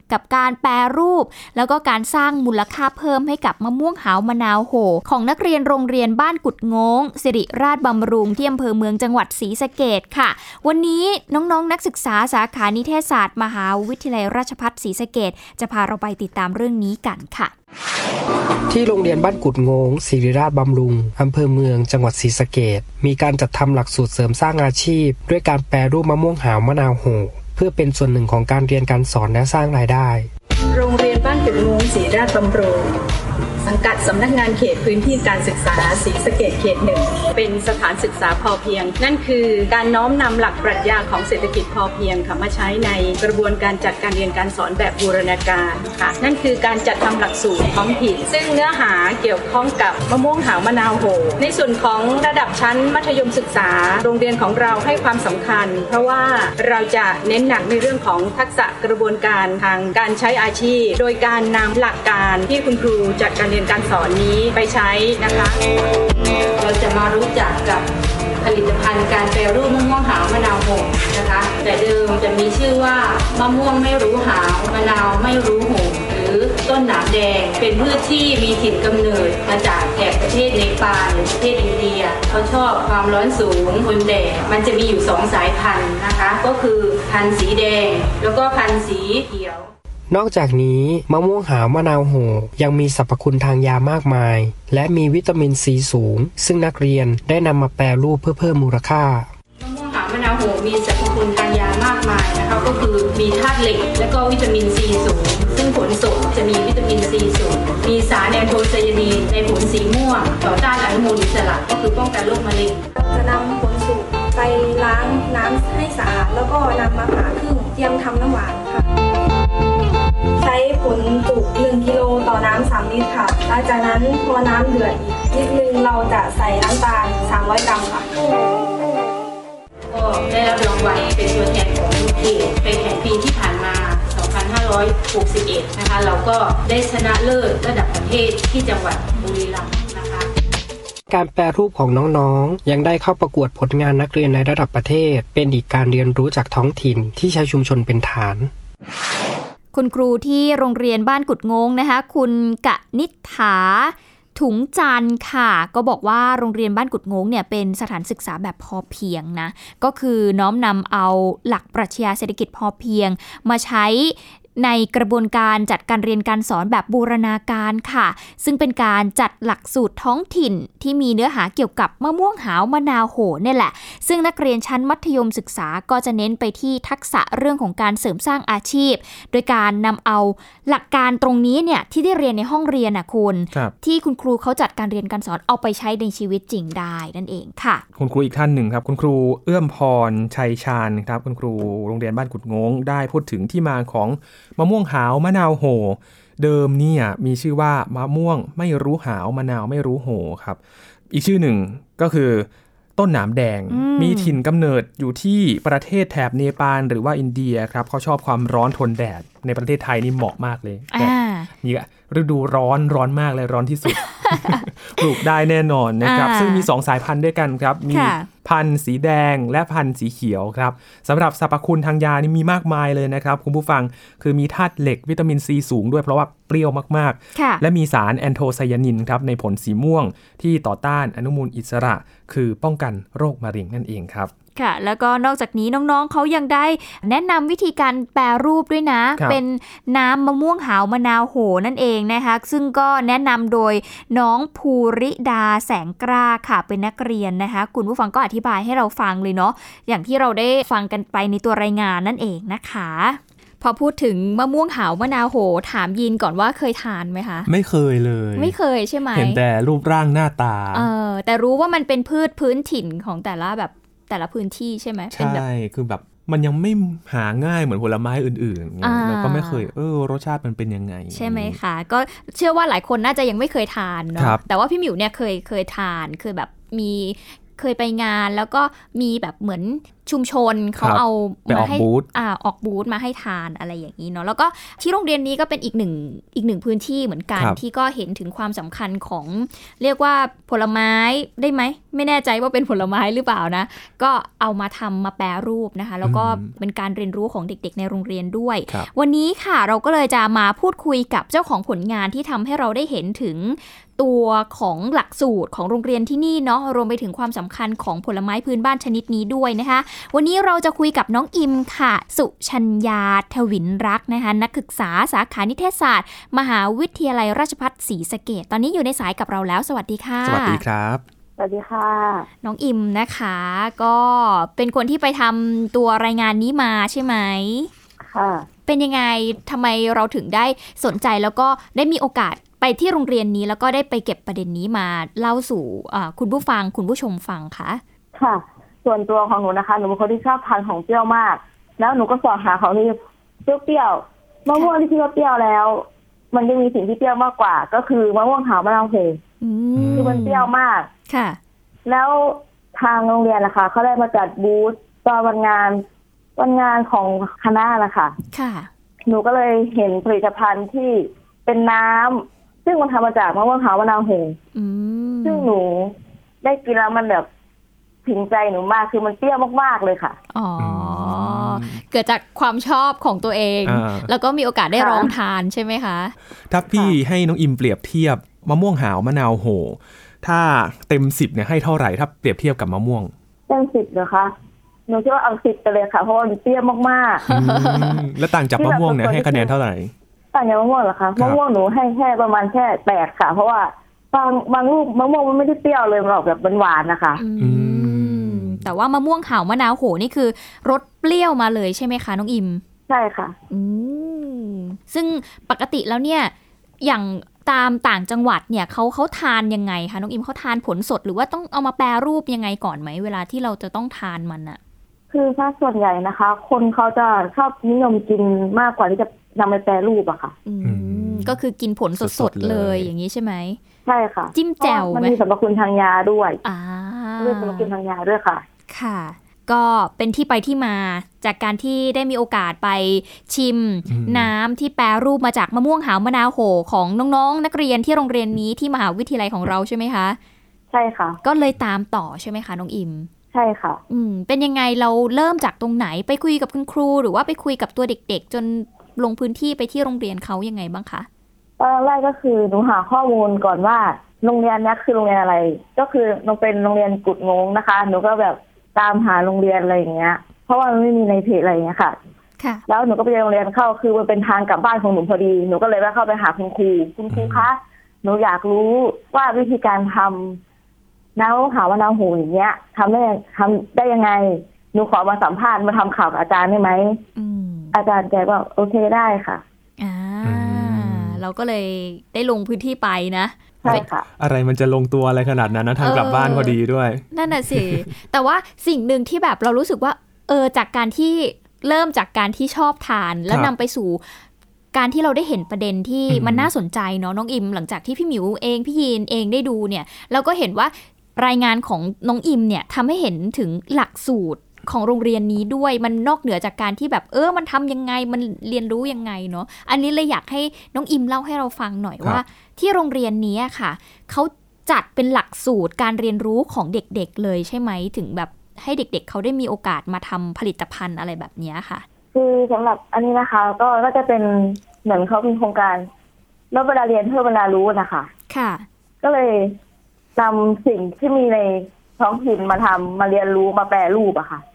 กับการแปรรูปแล้วก็การสร้างมูลค่าเพิ่มให้กับมะม่วงหาวมะนาวโหของนักเรียนโรงเรียนบ้านกุดโง้งสิริราชบำรุงที่อำเภอเมืองจังหวัดศรีสะเกษค่ะวันนี้น้องๆนักศึกษาสาขานิเทศศาสตร์มหาวิทยาลัยราชภัฏศรีสะเกษจะพาเราไปติดตามเรื่องนี้กันค่ะที่โรงเรียนบ้านกุดโง้งศิริราชบำรุงอำเภอเมืองจังหวัดศรีสะเกษมีการจัดทำหลักสูตรเสริมสร้างอาชีพด้วยการแปรรูปมะม่วงหาวมะนาวโหเพื่อเป็นส่วนหนึ่งของการเรียนการสอนและสร้างรายได้โรงเรียนบ้านกุดโง้งศิริราชบำรุงสังกัดสำนักงานเขตพื้นที่การศึกษาศรีสะเกษเขต 1เป็นสถานศึกษาพอเพียงนั่นคือการน้อมนำหลักปรัชญาของเศรษฐกิจพอเพียงมาใช้ในกระบวนการจัดการเรียนการสอนแบบบูรณาการค่ะนั่นคือการจัดทำหลักสูตรท้องถิ่นซึ่งเนื้อหาเกี่ยวข้องกับมะม่วงหาวมะนาวโหในส่วนของระดับชั้นมัธยมศึกษาโรงเรียนของเราให้ความสำคัญเพราะว่าเราจะเน้นหนักในเรื่องของทักษะกระบวนการทางการใช้อาชีพโดยการนำหลักการที่คุณครูจัดการเรียนการสอนนี้ไปใช้นะคะเราจะมารู้จักกับผลิตภัณฑ์การแปรรูปมะม่วงหาวมะนาวโหนะคะแต่เดิมจะมีชื่อว่ามะม่วงไม่รู้หาวมะนาวไม่รู้โหหรือต้นหนามแดงเป็นพืชที่มีถิ่นกำเนิดมาจากแถบประเทศเนปาลหรือประเทศอินเดียเขาชอบความร้อนสูงทนแดดมันจะมีอยู่2สายพันธุ์นะคะก็คือพันธุ์สีแดงแล้วก็พันธุ์สีเขียวนอกจากนี้มะม่วงหาวมะนาวโหยังมีสรรพคุณทางยามากมายและมีวิตามินซีสูงซึ่งนักเรียนได้นำมาแปรรูปเพื่อเพิ่มมูลค่ามะม่วงหาวมะนาวโหมีสรรพคุณทางยามากมายนะคะก็คือมีธาตุเหล็กและก็วิตามินซีสูงซึ่งผลสดจะมีวิตามินซีสูงมีสารแอนโทไซยานีนในผลสีม่วงต่อต้านอนุมูลอิสระก็คือป้องกันโรคมะเร็งจะนำผลสุกไปล้างน้ำให้สะอาดแล้วก็นำมาผ่าครึ่งเตรียมทำน้ำหวานค่ะใช้ผลสุก1 กิโลต่อน้ำ3 ลิตรค่ะหลังจากนั้นพอน้ำเดือดอีกนิดนึงเราจะใส่น้ำตาล300 กรัมค่ะก็ได้รับรางวัลเป็นตัวแทนของลูกเขตไปแข่งปีที่ผ่านมา2561นะคะเราก็ได้ชนะเลิศระดับประเทศที่จังหวัดบุรีรัมย์นะคะการแปรรูปของน้องๆยังได้เข้าประกวดผลงานนักเรียนในระดับประเทศเป็นอีกการเรียนรู้จากท้องถิ่นที่ใช้ชุมชนเป็นฐานคุณครูที่โรงเรียนบ้านกุดโง้งนะคะคุณกนิษฐาถุงจันทร์ค่ะก็บอกว่าโรงเรียนบ้านกุดโง้งเนี่ยเป็นสถานศึกษาแบบพอเพียงนะก็คือน้อมนำเอาหลักปรัชญาเศรษฐกิจพอเพียงมาใช้ในกระบวนการจัดการเรียนการสอนแบบบูรณาการค่ะซึ่งเป็นการจัดหลักสูตรท้องถิ่นที่มีเนื้อหาเกี่ยวกับมะม่วงหาวมะนาวโหเนี่ยแหละซึ่งนักเรียนชั้นมัธยมศึกษาก็จะเน้นไปที่ทักษะเรื่องของการเสริมสร้างอาชีพโดยการนำเอาหลักการตรงนี้เนี่ยที่ได้เรียนในห้องเรียนนะคุณที่คุณครูเขาจัดการเรียนการสอนเอาไปใช้ในชีวิตจริงได้นั่นเองค่ะคุณครูอีกท่านหนึ่งครับคุณครูเอื้อมพรชัยชาญครับคุณครูโรงเรียนบ้านกุดโง้งได้พูดถึงที่มาของมะม่วงหาวมะนาวโหเดิมเนี่ยมีชื่อว่ามะม่วงไม่รู้หาวมะนาวไม่รู้โหครับอีกชื่อหนึ่งก็คือต้นหนามแดงมีถิ่นกำเนิดอยู่ที่ประเทศแถบเนปาลหรือว่าอินเดียครับเขาชอบความร้อนทนแดดในประเทศไทยนี่เหมาะมากเลยนี่ฤดูร้อนมากเลยร้อนที่สุด ปลูกได้แน่นอนนะครับซึ่งมี2สายพันธุ์ด้วยกันครับมีพันธุ์สีแดงและพันธุ์สีเขียวครับสำหรับสรรพคุณทางยานี่มีมากมายเลยนะครับคุณผู้ฟังคือมีธาตุเหล็กวิตามินซีสูงด้วยเพราะว่าเปรี้ยวมากๆและมีสารแอนโทไซยานินครับในผลสีม่วงที่ต่อต้านอนุมูลอิสระคือป้องกันโรคมะเร็งนั่นเองครับค่ะแล้วก็นอกจากนี้น้องๆเขายังได้แนะนำวิธีการแปรรูปด้วยนะเป็นน้ำมะม่วงหาวมะนาวโหนั่นเองนะคะซึ่งก็แนะนำโดยน้องภูริดาแสงกล้าค่ะเป็นนักเรียนนะคะคุณผู้ฟังก็อธิบายให้เราฟังเลยเนาะอย่างที่เราได้ฟังกันไปในตัวรายงานนั่นเองนะคะพอพูดถึงมะม่วงหาวมะนาวโหถามยินก่อนว่าเคยทานไหมคะไม่เคยเลยไม่เคยใช่ไหมเห็นแต่รูปร่างหน้าตาแต่รู้ว่ามันเป็นพืชพื้นถิ่นของแต่ละพื้นที่ใช่ไหมใช่คือแบบมันยังไม่หาง่ายเหมือนผลไม้อื่นๆแล้วก็ไม่เคยรสชาติมันเป็นยังไงใช่ไหมคะก็เชื่อว่าหลายคนน่าจะยังไม่เคยทานเนาะแต่ว่าพี่หมิวเนี่ยเคยทานคือแบบเคยไปงานแล้วก็มีแบบเหมือนชุมชนเขาเอามาให้ออกบูธมาให้ทานอะไรอย่างนี้เนาะแล้วก็ที่โรงเรียนนี้ก็เป็นอีกหนึ่งพื้นที่เหมือนกันที่ก็เห็นถึงความสำคัญของเรียกว่าผลไม้ได้ไหมไม่แน่ใจว่าเป็นผลไม้หรือเปล่านะก็เอามาทำมาแปรรูปนะคะแล้วก็เป็นการเรียนรู้ของเด็กๆในโรงเรียนด้วยวันนี้ค่ะเราก็เลยจะมาพูดคุยกับเจ้าของผลงานที่ทำให้เราได้เห็นถึงตัวของหลักสูตรของโรงเรียนที่นี่เนาะรวมไปถึงความสำคัญของผลไม้พื้นบ้านชนิดนี้ด้วยนะคะวันนี้เราจะคุยกับน้องอิมค่ะสุชัญญาทวินรักนะคะนักศึกษาสาขานิเทศศาสตร์มหาวิทยาลัยราชภัฏศรีสะเกษตอนนี้อยู่ในสายกับเราแล้วสวัสดีค่ะสวัสดีครับสวัสดีค่ะน้องอิมนะคะก็เป็นคนที่ไปทำตัวรายงานนี้มาใช่ไหมค่ะเป็นยังไงทำไมเราถึงได้สนใจแล้วก็ได้มีโอกาสไปที่โรงเรียนนี้แล้วก็ได้ไปเก็บประเด็นนี้มาเล่าสู่คุณผู้ฟังคุณผู้ชมฟังคะค่ะส่วนตัวของหนูนะคะหนูเป็นคนที่ชอบทานของเปรี้ยวมากแล้วหนูก็สอบหาของที่เปรี้ยวมะม่วงที่คิดว่าเปรี้ยวแล้วมันยังมีสิ่งที่เปรี้ยวมากกว่าก็คือมะม่วงหาวมะนาวโหคือมันเปรี้ยวมากค่ะแล้วทางโรงเรียนนะคะเขาได้มาจัดบูธตอนวันงานของคณะนะคะค่ะหนูก็เลยเห็นผลิตภัณฑ์ที่เป็นน้ำซึ่งมันทำมาจากมะม่วงหาวมะนาวโหซึ่งหนูได้กินแล้วมันแบบถึงใจหนูมากคือมันเปรี้ยวมากๆเลยค่ะอ๋อเกิดจากความชอบของตัวเองแล้วก็มีโอกาสได้ลองทานใช่ไหมคะถ้าพี่ให้น้องอิมเปรียบเทียบมะม่วงหาวมะนาวโหถ้าเต็ม10เนี่ยให้เท่าไหร่ถ้าเปรียบเทียบกับมะม่วงเต็ม10เหรอคะหนูคิดว่าเอา10ไปเลยค่ะเพราะว่ามันเปรี้ยวมากๆแล้วต่างจากมะม่วงเนี่ยให้คะแนนเท่าไหร่ต่างจากมะม่วงเหรอคะมะม่วงหนูให้แค่ประมาณแค่8ค่ะเพราะว่าบางลูกมะม่วงมันไม่ได้เปรี้ยวเลยมันออกแบบหวานๆนะคะแต่ว่ามะม่วงหาวมะนาวโหนี่คือรสเปรี้ยวมาเลยใช่ไหมคะน้องอิมใช่ค่ะซึ่งปกติแล้วเนี่ยอย่างตามต่างจังหวัดเนี่ยเขาทานยังไงคะน้องอิมเขาทานผลสดหรือว่าต้องเอามาแปรรูปยังไงก่อนไหมเวลาที่เราจะต้องทานมันอะคือถ้าส่วนใหญ่นะคะคนเขาจะชอบนิยมกินมากกว่าที่จะนำไปแปรรูปอะค่ะก็คือกินผลสดๆเลยอย่างนี้ใช่ไหมใช่ค่ะจิ้มแจ่วมันมีสรรพคุณทางยาด้วยมีสรรพคุณทางยาด้วยค่ะค่ะก็เป็นที่ไปที่มาจากการที่ได้มีโอกาสไปชิมน้ำที่แปรรูปมาจากมะม่วงหาวมะนาวโหของน้องๆนักเรียนที่โรงเรียนนี้ที่มหาวิทยาลัยของเราใช่ไหมคะใช่ค่ะก็เลยตามต่อใช่ไหมคะน้องอิมใช่ค่ะเป็นยังไงเราเริ่มจากตรงไหนไปคุยกับคุณครูหรือว่าไปคุยกับตัวเด็กๆจนลงพื้นที่ไปที่โรงเรียนเขายังไงบ้างคะตอนแรกก็คือหนูหาข้อมูลก่อนว่าโรงเรียนนี้คือโรงเรียนอะไรก็คือหนูเป็นโรงเรียนกุดงงนะคะหนูก็แบบตามหาโรงเรียนอะไรอย่างเงี้ยเพราะว่ามันไม่มีในเพจอะไรอย่างเงี้ยค่ะแล้วหนูก็ไปโรงเรียนเข้าคือมันเป็นทางกลับบ้านของหนูพอดีหนูก็เลยเข้าไปหาคุณครูคะหนูอยากรู้ว่าวิธีการทำน้ำหาวมะนาวโหอย่างเงี้ยทำได้ยังไงหนูขอมาสัมภาษณ์มาทำข่าวกับอาจารย์ได้ไหมอาจารย์แกก็โอเคได้ค่ะเราก็เลยได้ลงพื้นที่ไปนะใช่ค่ะอะไรมันจะลงตัวอะไรขนาดนั้นนะทางกลับบ้านพอดีด้วยนั่นน่ะสิแต่ว่าสิ่งหนึ่งที่แบบเรารู้สึกว่าจากการที่เริ่มจากการที่ชอบทานแล้วนำไปสู่การที่เราได้เห็นประเด็นที่มันน่าสนใจเนาะน้องอิมหลังจากที่พี่หมิวเองพี่ยีนเองได้ดูเนี่ยเราก็เห็นว่ารายงานของน้องอิมเนี่ยทำให้เห็นถึงหลักสูตรของโรงเรียนนี้ด้วยมันนอกเหนือจากการที่แบบมันทำยังไงมันเรียนรู้ยังไงเนาะอันนี้เลยอยากให้น้องอิมเล่าให้เราฟังหน่อยว่าที่โรงเรียนนี้ค่ะเขาจัดเป็นหลักสูตรการเรียนรู้ของเด็กๆเลยใช่ไหมถึงแบบให้เด็กๆเขาได้มีโอกาสมาทำผลิตภัณฑ์อะไรแบบนี้ค่ะคือสำหรับอันนี้นะคะก็จะเป็นเหมือนเขาเป็นโครงการลดเวลาเรียนเพิ่มเวลารู้นะคะค่ะก็เลยนำสิ่งที่มีในท้องถิ่นมาเรียนรู้มาแปรรูปอะค่ะ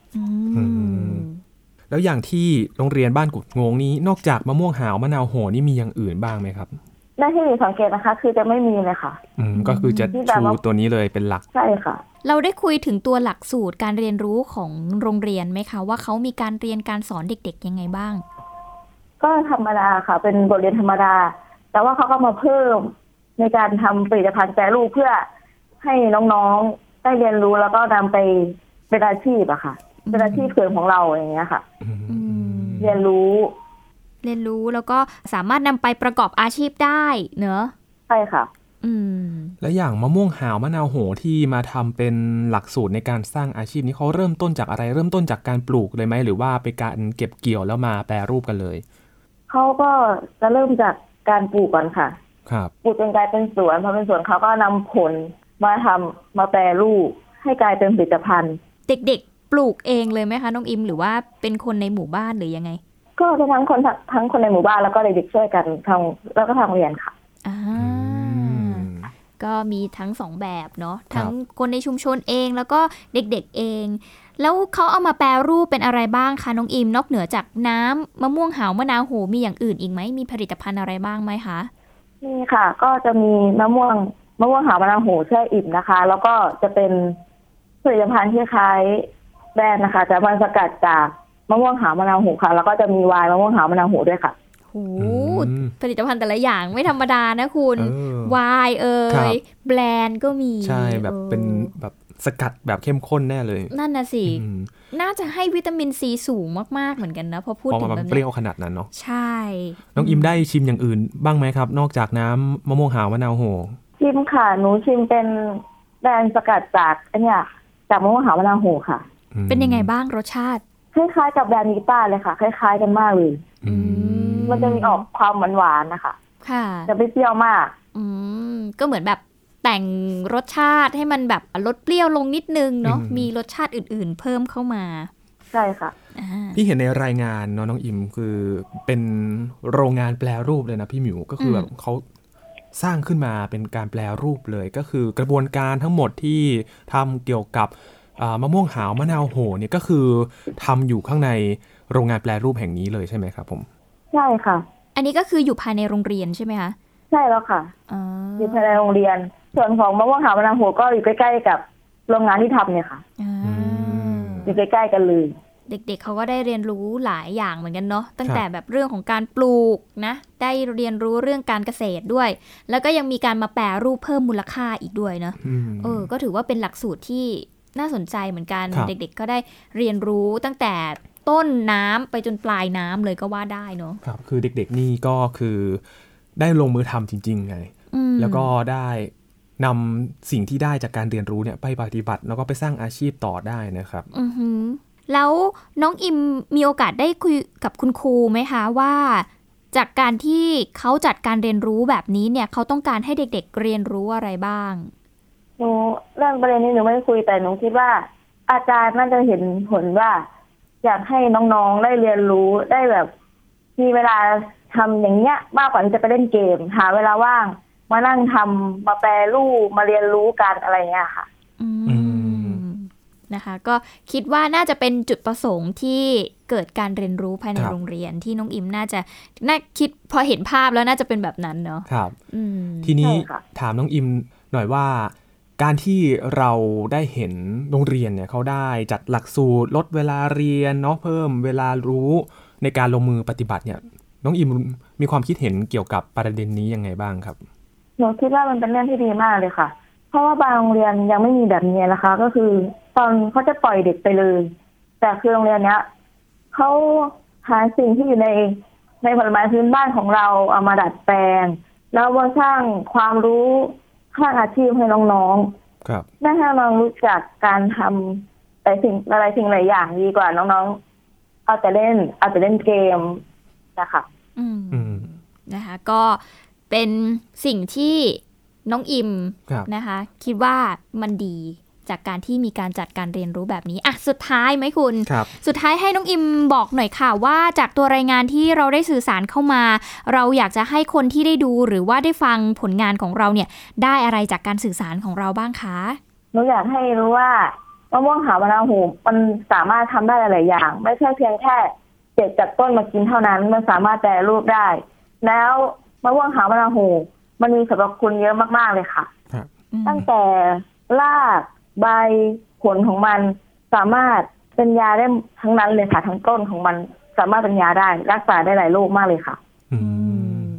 แล้วอย่างที่โรงเรียนบ้านกุดงงนี้นอกจากมะม่วงหาวมะนาวโหนี่มีอย่างอื่นบ้างไหมครับได้ที่สังเกตนะคะคือจะไม่มีเลยค่ะก็คือจะชูตัวนี้เลยเป็นหลักใช่ค่ะเราได้คุยถึงตัวหลักสูตรการเรียนรู้ของโรงเรียนไหมคะว่าเขามีการเรียนการสอนเด็กๆยังไงบ้างก็ธรรมดาค่ะเป็นบทเรียนธรรมดาแต่ว่าเขาก็มาเพิ่มในการทำผลิตภัณฑ์แปรรูปเพื่อให้น้องๆได้เรียนรู้แล้วก็นำไปเป็นอาชีพอะค่ะเป็นอาชีพเสริมของเราอย่างเงี้ยค่ะเรียนรู้แล้วก็สามารถนำไปประกอบอาชีพได้เนอะใช่ค่ะและอย่างมะม่วงหาวมะนาวโหที่มาทำเป็นหลักสูตรในการสร้างอาชีพนี้เขาเริ่มต้นจากอะไรเริ่มต้นจากการปลูกเลยไหมหรือว่าเป็นการเก็บเกี่ยวแล้วมาแปรรูปกันเลยเขาก็จะเริ่มจากการปลูกก่อนค่ะครับปลูกจนกลายเป็นสวนพอเป็นสวนเขาก็นำผลมาแปรรูปให้กลายเป็นผลิตภัณฑ์เด็กๆปลูกเองเลยไหมคะน้องอิมหรือว่าเป็นคนในหมู่บ้านหรือยังไงก็เป็นทั้งคนในหมู่บ้านแล้วก็เด็กๆช่วยกันทำแล้วก็ทำเรียนค่ะก็มีทั้งสองแบบเนาะทั้งคนในชุมชนเองแล้วก็เด็กๆเองแล้วเขาเอามาแปรรูปเป็นอะไรบ้างคะน้องอิมนอกเหนือจากน้ำมะม่วงหาวมะนาวโหมีอย่างอื่นอีกไหมมีผลิตภัณฑ์อะไรบ้างไหมคะมีค่ะก็จะมีมะม่วงหาวมะนาวโหแช่อิ่มนะคะแล้วก็จะเป็นผลิตภัณฑ์ที่คล้ายแบรนด์นะคะจะมันสกัดจากมะม่วงหาวมะนาวโหค่ะแล้วก็จะมีไวน์มะม่วงหาวมะนาวโหด้วยค่ะโอ้ผลิตภัณฑ์แต่ละอย่างไม่ธรรมดานะคุณไวน์แบรนด์ก็มีใช่แบบเป็นแบบสกัดแบบเข้มข้นแน่เลยนั่นน่ะสิน่าจะให้วิตามินซีสูงมากๆเหมือนกันนะพอพูดถึงแบบเปรี้ยวขนาดนั้นเนาะใช่น้องอิมได้ชิมอย่างอื่นบ้างไหมครับนอกจากน้ำมะม่วงหาวมะนาวโหชิมค่ะหนูชิมเป็นแบรนด์สกัดจากจากมะม่วงหาวมะนาวโหค่ะเป็นยังไงบ้างรสชาติคล้ายๆกับแบรนด์นิต้าเลยค่ะคล้ายๆกันมากเลยมันจะมีออกความหวานๆนะคะค่ะจะไม่เปรี้ยวมากก็เหมือนแบบแต่งรสชาติให้มันแบบลดเปรี้ยวลงนิดนึงเนาะมีรสชาติอื่นๆเพิ่มเข้ามาใช่ค่ะพี่เห็นในรายงานน้องอิมคือเป็นโรงงานแปรรูปเลยนะพี่หมิวก็คือแบบเขาสร้างขึ้นมาเป็นการแปรรูปเลยก็คือกระบวนการทั้งหมดที่ทำเกี่ยวกับมะม่วงหาวมะนาวโหเนี่ยก็คือทำอยู่ข้างในโรงงานแปรรูปแห่งนี้เลยใช่ไหมครับผมใช่ค่ะอันนี้ก็คืออยู่ภายในโรงเรียนใช่ไหมคะใช่แล้วค่ะอยู่ภายในโรงเรียนส่วนของมะม่วงหาวมะนาวโหก็อยู่ใกล้ๆกับโรงงานที่ทำเนี่ยค่ะอยู่ใกล้ๆกันเลยเด็กๆเขาก็ได้เรียนรู้หลายอย่างเหมือนกันเนาะตั้งแต่แบบเรื่องของการปลูกนะได้เรียนรู้เรื่องการเกษตรด้วยแล้วก็ยังมีการมาแปรรูปเพิ่มมูลค่าอีกด้วยเนาะก็ถือว่าเป็นหลักสูตรที่น่าสนใจเหมือนกันเด็กๆก็ได้เรียนรู้ตั้งแต่ต้นน้ำไปจนปลายน้ำเลยก็ว่าได้เนาะครับคือเด็กๆนี่ก็คือได้ลงมือทำจริงๆไงแล้วก็ได้นำสิ่งที่ได้จากการเรียนรู้เนี่ยไปปฏิบัติแล้วก็ไปสร้างอาชีพต่อได้นะครับแล้วน้องอิมมีโอกาสได้คุยกับคุณครูไหมคะว่าจากการที่เขาจัดการเรียนรู้แบบนี้เนี่ยเขาต้องการให้เด็กๆเรียนรู้อะไรบ้างหนูเรื่องประเด็นนี้หนูไม่ได้คุยแต่หนูคิดว่าอาจารย์น่าจะเห็นผลว่าอยากให้น้องๆได้เรียนรู้ได้แบบมีเวลาทำอย่างเงี้ยมากกว่าที่จะไปเล่นเกมหาเวลาว่างมานั่งทำมาแปรรูปมาเรียนรู้กันอะไรเงี้ยค่ะนะคะก็คิดว่าน่าจะเป็นจุดประสงค์ที่เกิดการเรียนรู้ภายในโรงเรียนที่น้องอิมน่าคิดพอเห็นภาพแล้วน่าจะเป็นแบบนั้นเนาะครับทีนี้ถามน้องอิมหน่อยว่าการที่เราได้เห็นโรงเรียนเนี่ยเขาได้จัดหลักสูตรลดเวลาเรียนเนาะเพิ่มเวลารู้ในการลงมือปฏิบัติเนี่ยน้องอิมมีความคิดเห็นเกี่ยวกับประเด็นนี้ยังไงบ้างครับหนูคิดว่ามันเป็นเรื่องที่ดีมากเลยค่ะเพราะว่าบางโรงเรียนยังไม่มีแบบนี้นะคะก็คือตอนเขาจะปล่อยเด็กไปเลยแต่คือโรงเรียนเนี้ยเขาหาสิ่งที่อยู่ในผลไม้พื้นบ้านของเราเอามาดัดแปลงแล้วมาสร้างความรู้สร้างอาชีพให้น้องๆได้ให้น้องรู้จักการทำแต่สิ่งหลายอย่างดีกว่าน้องๆเอาแต่เล่นเกมนะคะนะคะก็เป็นสิ่งที่น้องอิมนะคะคิดว่ามันดีจากการที่มีการจัดการเรียนรู้แบบนี้อ่ะสุดท้ายไหมคุณสุดท้ายให้น้องอิมบอกหน่อยค่ะว่าจากตัวรายงานที่เราได้สื่อสารเข้ามาเราอยากจะให้คนที่ได้ดูหรือว่าได้ฟังผลงานของเราเนี่ยได้อะไรจากการสื่อสารของเราบ้างคะหนูอยากให้รู้ว่ามะม่วงหาวมะนาวโหมันสามารถทำได้หลายอย่างไม่ใช่เพียงแค่เด็ดจากต้นมากินเท่านั้นมันสามารถแปรรูปได้แล้วมะม่วงหาวมะนาวโหมันมีสรรพคุณเยอะมากๆเลยค่ะตั้งแต่รากใบผลของมันสามารถเป็นยาได้ทั้งนั้นเลยค่ะทั้งต้นของมันสามารถเป็นยาได้รักษาได้หลายโรคมากเลยค่ะ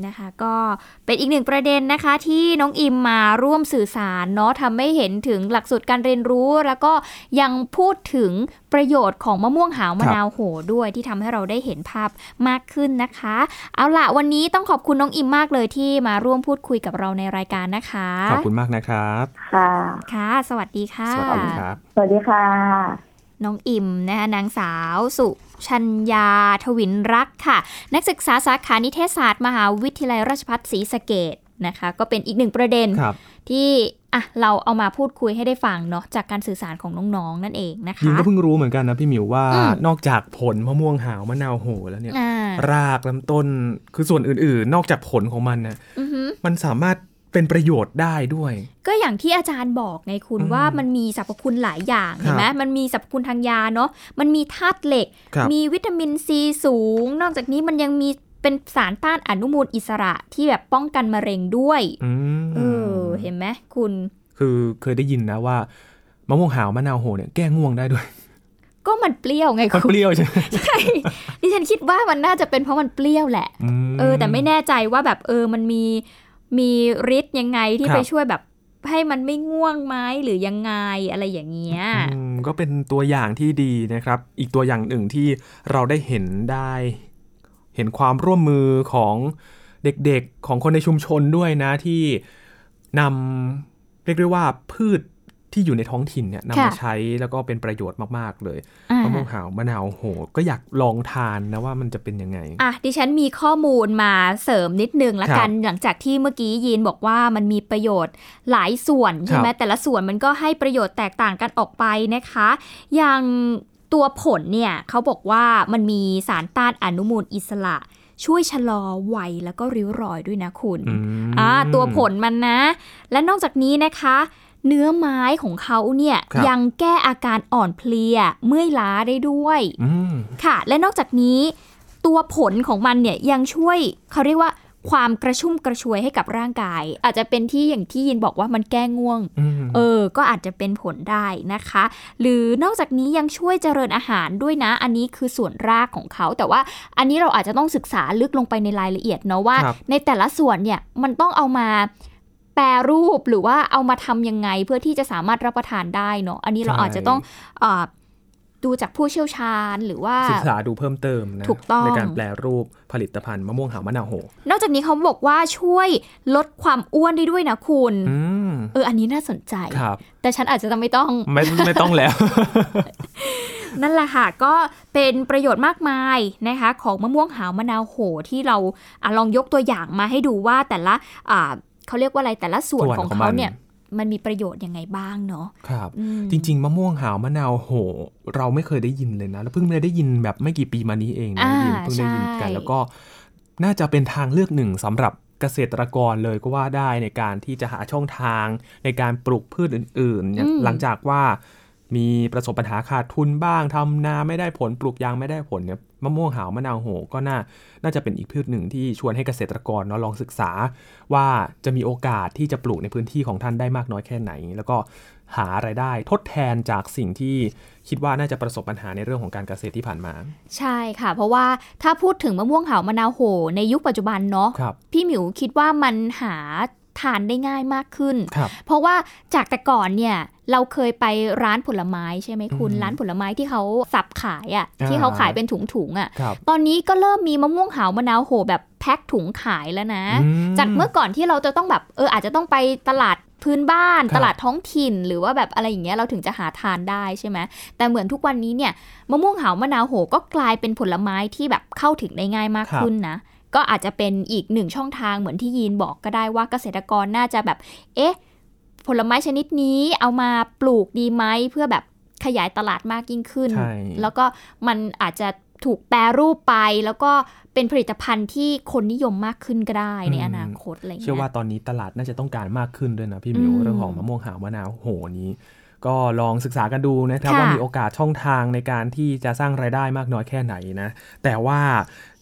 นะคะก็เป็นอีกหนึ่งประเด็นนะคะที่น้องอิมมาร่วมสื่อสารเนาะทำให้เห็นถึงหลักสูตรการเรียนรู้แล้วก็ยังพูดถึงประโยชน์ของมะม่วงหาวมะนาวโหด้วยที่ทำให้เราได้เห็นภาพมากขึ้นนะคะเอาล่ะวันนี้ต้องขอบคุณน้องอิมมากเลยที่มาร่วมพูดคุยกับเราในรายการนะคะขอบคุณมากนะครับค่ะสวัสดีค่ะสวัสดีครับสวัสดีค่ะน้องอิมนะคะนางสาวสุชัญญาทวินรักค่ะนักศึกษาสาขานิเทศศาสตร์มหาวิทยาลัยราชภัฏศรีสะเกษนะคะก็เป็นอีกหนึ่งประเด็นที่เราเอามาพูดคุยให้ได้ฟังเนาะจากการสื่อสารของน้องๆนั่นเองนะคะยิงก็เพิ่งรู้เหมือนกันนะพี่หมิวว่านอกจากผลมะม่วงหาวมะนาวโหแล้วเนี่ยรากลำต้นคือส่วนอื่นๆนอกจากผลของมันนะมันสามารถเป็นประโยชน์ได้ด้วยก็อย่างที่อาจารย์บอกไงคุณว่ามันมีสรรพคุณหลายอย่างเห็นไหมมันมีสรรพคุณทางยาเนาะมันมีธาตุเหล็กมีวิตามินซีสูงนอกจากนี้มันยังมีเป็นสารต้านอนุมูลอิสระที่แบบป้องกันมะเร็งด้วยเห็นไหมคุณคือเคยได้ยินนะว่ามะม่วงหาวมะนาวโหเนี่ยแก้ง่วงได้ด้วยก็มันเปรี้ยวไงคุณมันเปรี้ยวใช่ไหมใช่ดิฉันคิดว่ามันน่าจะเป็นเพราะมันเปรี้ยวแหละแต่ไม่แน่ใจว่าแบบมันมีฤทธิ์ยังไงที่ไปช่วยแบบให้มันไม่ง่วงไหมหรือยังไงอะไรอย่างเงี้ยก็เป็นตัวอย่างที่ดีนะครับอีกตัวอย่างหนึ่งที่เราได้เห็นความร่วมมือของเด็กๆของคนในชุมชนด้วยนะที่นำเรียกได้ว่าพืชที่อยู่ในท้องถิ่นเนี่ยนำมาใช้แล้วก็เป็นประโยชน์มากๆเลยมะม่วงหาวมะนาวโหก็อยากลองทานนะว่ามันจะเป็นยังไงดิฉันมีข้อมูลมาเสริมนิดนึงละกันหลังจากที่เมื่อกี้ยีนบอกว่ามันมีประโยชน์หลายส่วนใช่ไหมแต่ละส่วนมันก็ให้ประโยชน์แตกต่างกันออกไปนะคะอย่างตัวผลเนี่ยเขาบอกว่ามันมีสารต้านอนุมูลอิสระช่วยชะลอวัยแล้วก็ริ้วรอยด้วยนะคุณตัวผลมันนะและนอกจากนี้นะคะเนื้อไม้ของเขาเนี่ยยังแก้อาการอ่อนเพลียเมื่อยล้าได้ด้วยค่ะและนอกจากนี้ตัวผลของมันเนี่ยยังช่วยเขาเรียกว่าความกระชุ่มกระชวยให้กับร่างกายอาจจะเป็นที่อย่างที่ยินบอกว่ามันแก้ง่วงก็อาจจะเป็นผลได้นะคะหรือนอกจากนี้ยังช่วยเจริญอาหารด้วยนะอันนี้คือส่วนรากของเขาแต่ว่าอันนี้เราอาจจะต้องศึกษาลึกลงไปในรายละเอียดเนาะว่าในแต่ละส่วนเนี่ยมันต้องเอามาแปรรูปหรือว่าเอามาทำยังไงเพื่อที่จะสามารถรับประทานได้เนาะอันนี้เราอาจจะต้องดูจากผู้เชี่ยวชาญหรือว่าศึกษาดูเพิ่มเติมนะในการแปรรูปผลิตภัณฑ์มะม่วงหาวมะนาวโหนอกจากนี้เขาบอกว่าช่วยลดความอ้วนได้ด้วยนะคุณอันนี้น่าสนใจแต่ฉันอาจจะไม่ต้องไม่ต้องแล้วนั่นแหละค่ะก็เป็นประโยชน์มากมายนะคะของมะม่วงหาวมะนาวโหที่เราลองยกตัวอย่างมาให้ดูว่าแต่ละเขาเรียกว่าอะไรแต่ละส่วนของเขาเนี่ยมันมีประโยชน์ยังไงบ้างเนาะครับจริงๆมะม่วงหาวมะนาวโหเราไม่เคยได้ยินเลยนะแล้วเพิ่งได้ยินแบบไม่กี่ปีมานี้เองนะเพิ่งได้ยินกันแล้วก็น่าจะเป็นทางเลือกหนึ่งสำหรับเกษตรกรเลยก็ว่าได้ในการที่จะหาช่องทางในการปลูกพืชอื่นๆหลังจากว่ามีประสบปัญหาขาดทุนบ้างทำนาไม่ได้ผลปลูกยางไม่ได้ผลเนี่ยมะม่วงหาวมะนาวโหก็น่าจะเป็นอีกพืชหนึ่งที่ชวนให้เกษตรกรเนาะลองศึกษาว่าจะมีโอกาสที่จะปลูกในพื้นที่ของท่านได้มากน้อยแค่ไหนแล้วก็หารายได้ทดแทนจากสิ่งที่คิดว่าน่าจะประสบปัญหาในเรื่องของการเกษตรที่ผ่านมาใช่ค่ะเพราะว่าถ้าพูดถึงมะม่วงหาวมะนาวโหในยุคปัจจุบันเนาะพี่หมิวคิดว่ามันหาทานได้ง่ายมากขึ้นเพราะว่าจากแต่ก่อนเนี่ยเราเคยไปร้านผลไม้ใช่ไหมคุณร้านผลไม้ที่เขาสับขายที่เขาขายเป็นถุงๆตอนนี้ก็เริ่มมีมะม่วงหาวมะนาวโหแบบแพ็คถุงขายแล้วนะจากเมื่อก่อนที่เราจะต้องแบบอาจจะต้องไปตลาดพื้นบ้านตลาดท้องถิ่นหรือว่าแบบอะไรอย่างเงี้ยเราถึงจะหาทานได้ใช่ไหมแต่เหมือนทุกวันนี้เนี่ยมะม่วงหาวมะนาวโหก็กลายเป็นผลไม้ที่แบบเข้าถึงได้ง่ายมากขึ้นนะก็อาจจะเป็นอีกหนึ่งช่องทางเหมือนที่ยีนบอกก็ได้ว่าเกษตรกรน่าจะแบบผลไม้ชนิดนี้เอามาปลูกดีไหมเพื่อแบบขยายตลาดมากยิ่งขึ้นแล้วก็มันอาจจะถูกแปรรูปไปแล้วก็เป็นผลิตภัณฑ์ที่คนนิยมมากขึ้นก็ได้ในอนาคตอะไรเงี้ยเชื่อว่าตอนนี้ตลาดน่าจะต้องการมากขึ้นด้วยนะพี่มิวเรื่องของมะม่วงหาวมะนาวโหนี้ก็ลองศึกษากันดูนะครับว่ามีโอกาสช่องทางในการที่จะสร้างรายได้มากน้อยแค่ไหนนะแต่ว่า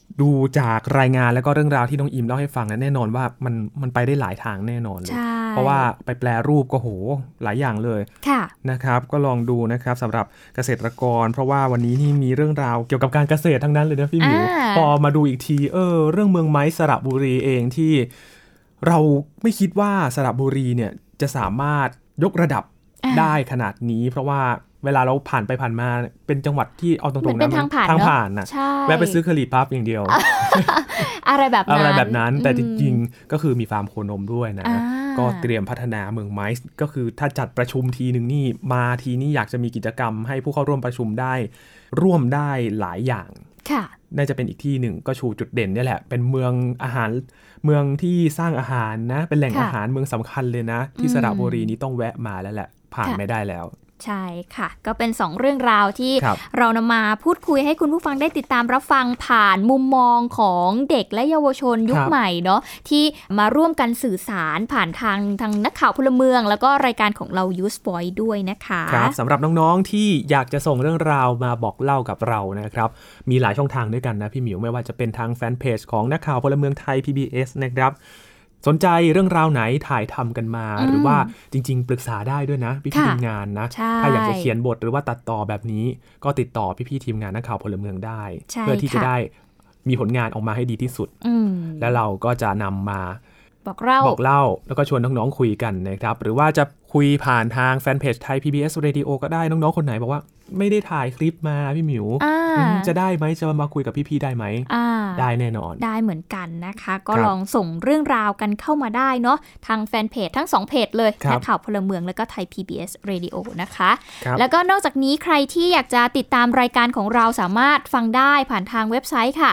ดูจากรายงานแล้วก็เรื่องราวที่น้องอิมเล่าให้ฟังนะแน่นอนว่ามันไปได้หลายทางแน่นอนเลยเพราะว่าไปแปลรูปก็โหหลายอย่างเลยนะครับก็ลองดูนะครับสำหรับเกษตรกรเพราะว่าวันนี้นี่มีเรื่องราวเกี่ยวกับการเกษตรทั้งนั้นเลยนะพี่หมิวพอมาดูอีกทีเรื่องเมืองไม้สระบุรีเองที่เราไม่คิดว่าสระบุรีเนี่ยจะสามารถยกระดับได้ขนาดนี้เพราะว่าเวลาเราผ่านไปผ่านมาเป็นจังหวัดที่เอาตรงๆนะทางผ่านนะแวะไปซื้อเคอรี่ปั๊บอย่างเดียวอะไรแบบนั้นแต่จริงๆก็คือมีฟาร์มโคนมด้วยนะก็เตรียมพัฒนาเมืองไม้ก็คือถ้าจัดประชุมทีนึงนี่มาทีนี่อยากจะมีกิจกรรมให้ผู้เข้าร่วมประชุมได้ร่วมได้หลายอย่างน่าจะเป็นอีกที่หนึ่งก็ชูจุดเด่นนี่แหละเป็นเมืองอาหารเมืองที่สร้างอาหารนะเป็นแหล่งอาหารเมืองสำคัญเลยนะที่สระบุรีนี้ต้องแวะมาแล้วแหละผ่านไม่ได้แล้วใช่ค่ะก็เป็น2เรื่องราวที่เรานำมาพูดคุยให้คุณผู้ฟังได้ติดตามรับฟังผ่านมุมมองของเด็กและเยาวชนยุคใหม่เนาะที่มาร่วมกันสื่อสารผ่านทางนักข่าวพลเมืองแล้วก็รายการของเรา Youth Voice ด้วยนะคะครับสำหรับน้องๆที่อยากจะส่งเรื่องราวมาบอกเล่ากับเรานะครับมีหลายช่องทางด้วยกันนะพี่หมิวไม่ว่าจะเป็นทางแฟนเพจของนักข่าวพลเมืองไทย PBS นะครับสนใจเรื่องราวไหนถ่ายทำกันมาหรือว่าจริงๆปรึกษาได้ด้วยนะพี่ทีมงานนะถ้าอยากจะเขียนบทหรือว่าตัดต่อแบบนี้ก็ติดต่อพี่ทีมงานนักข่าวพลเมืองได้เพื่อที่จะได้มีผลงานออกมาให้ดีที่สุดแล้วเราก็จะนำมาบอกเล่าแล้วก็ชวนน้องๆคุยกันนะครับหรือว่าจะคุยผ่านทางแฟนเพจไทย PBS Radio ก็ได้น้องๆคนไหนบอกว่าไม่ได้ถ่ายคลิปมาพี่หมิวจะได้ไหมจะมาคุยกับพี่ๆได้ไหมได้แน่นอนได้เหมือนกันนะคะก็ลองส่งเรื่องราวกันเข้ามาได้เนาะทางแฟนเพจทั้ง2เพจเลยนักข่าวพลเมืองแล้วก็ไทย PBS Radio นะคะแล้วก็นอกจากนี้ใครที่อยากจะติดตามรายการของเราสามารถฟังได้ผ่านทางเว็บไซต์ค่ะ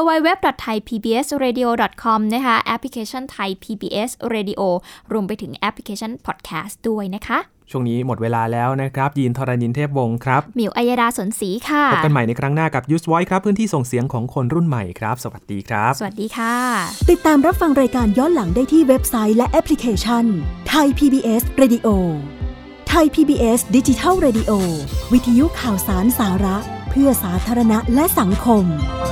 www.thaipbsradio.com นะคะแอปพลิเคชัน Thai PBS Radio รวมไปถึงแอปพลิเคชัน Podcast ด้วยนะคะช่วงนี้หมดเวลาแล้วนะครับยินทรณินเทพวงศ์ครับหมิวอัยดาสนศรีค่ะพบกันใหม่ในครั้งหน้ากับ Youth Voice ครับพื้นที่ส่งเสียงของคนรุ่นใหม่ครับสวัสดีครับสวัสดีค่ะติดตามรับฟังรายการย้อนหลังได้ที่เว็บไซต์และแอปพลิเคชัน Thai PBS Radio Thai PBS Digital Radio วิทยุข่าวสารสาระเพื่อสาธารณะและสังคม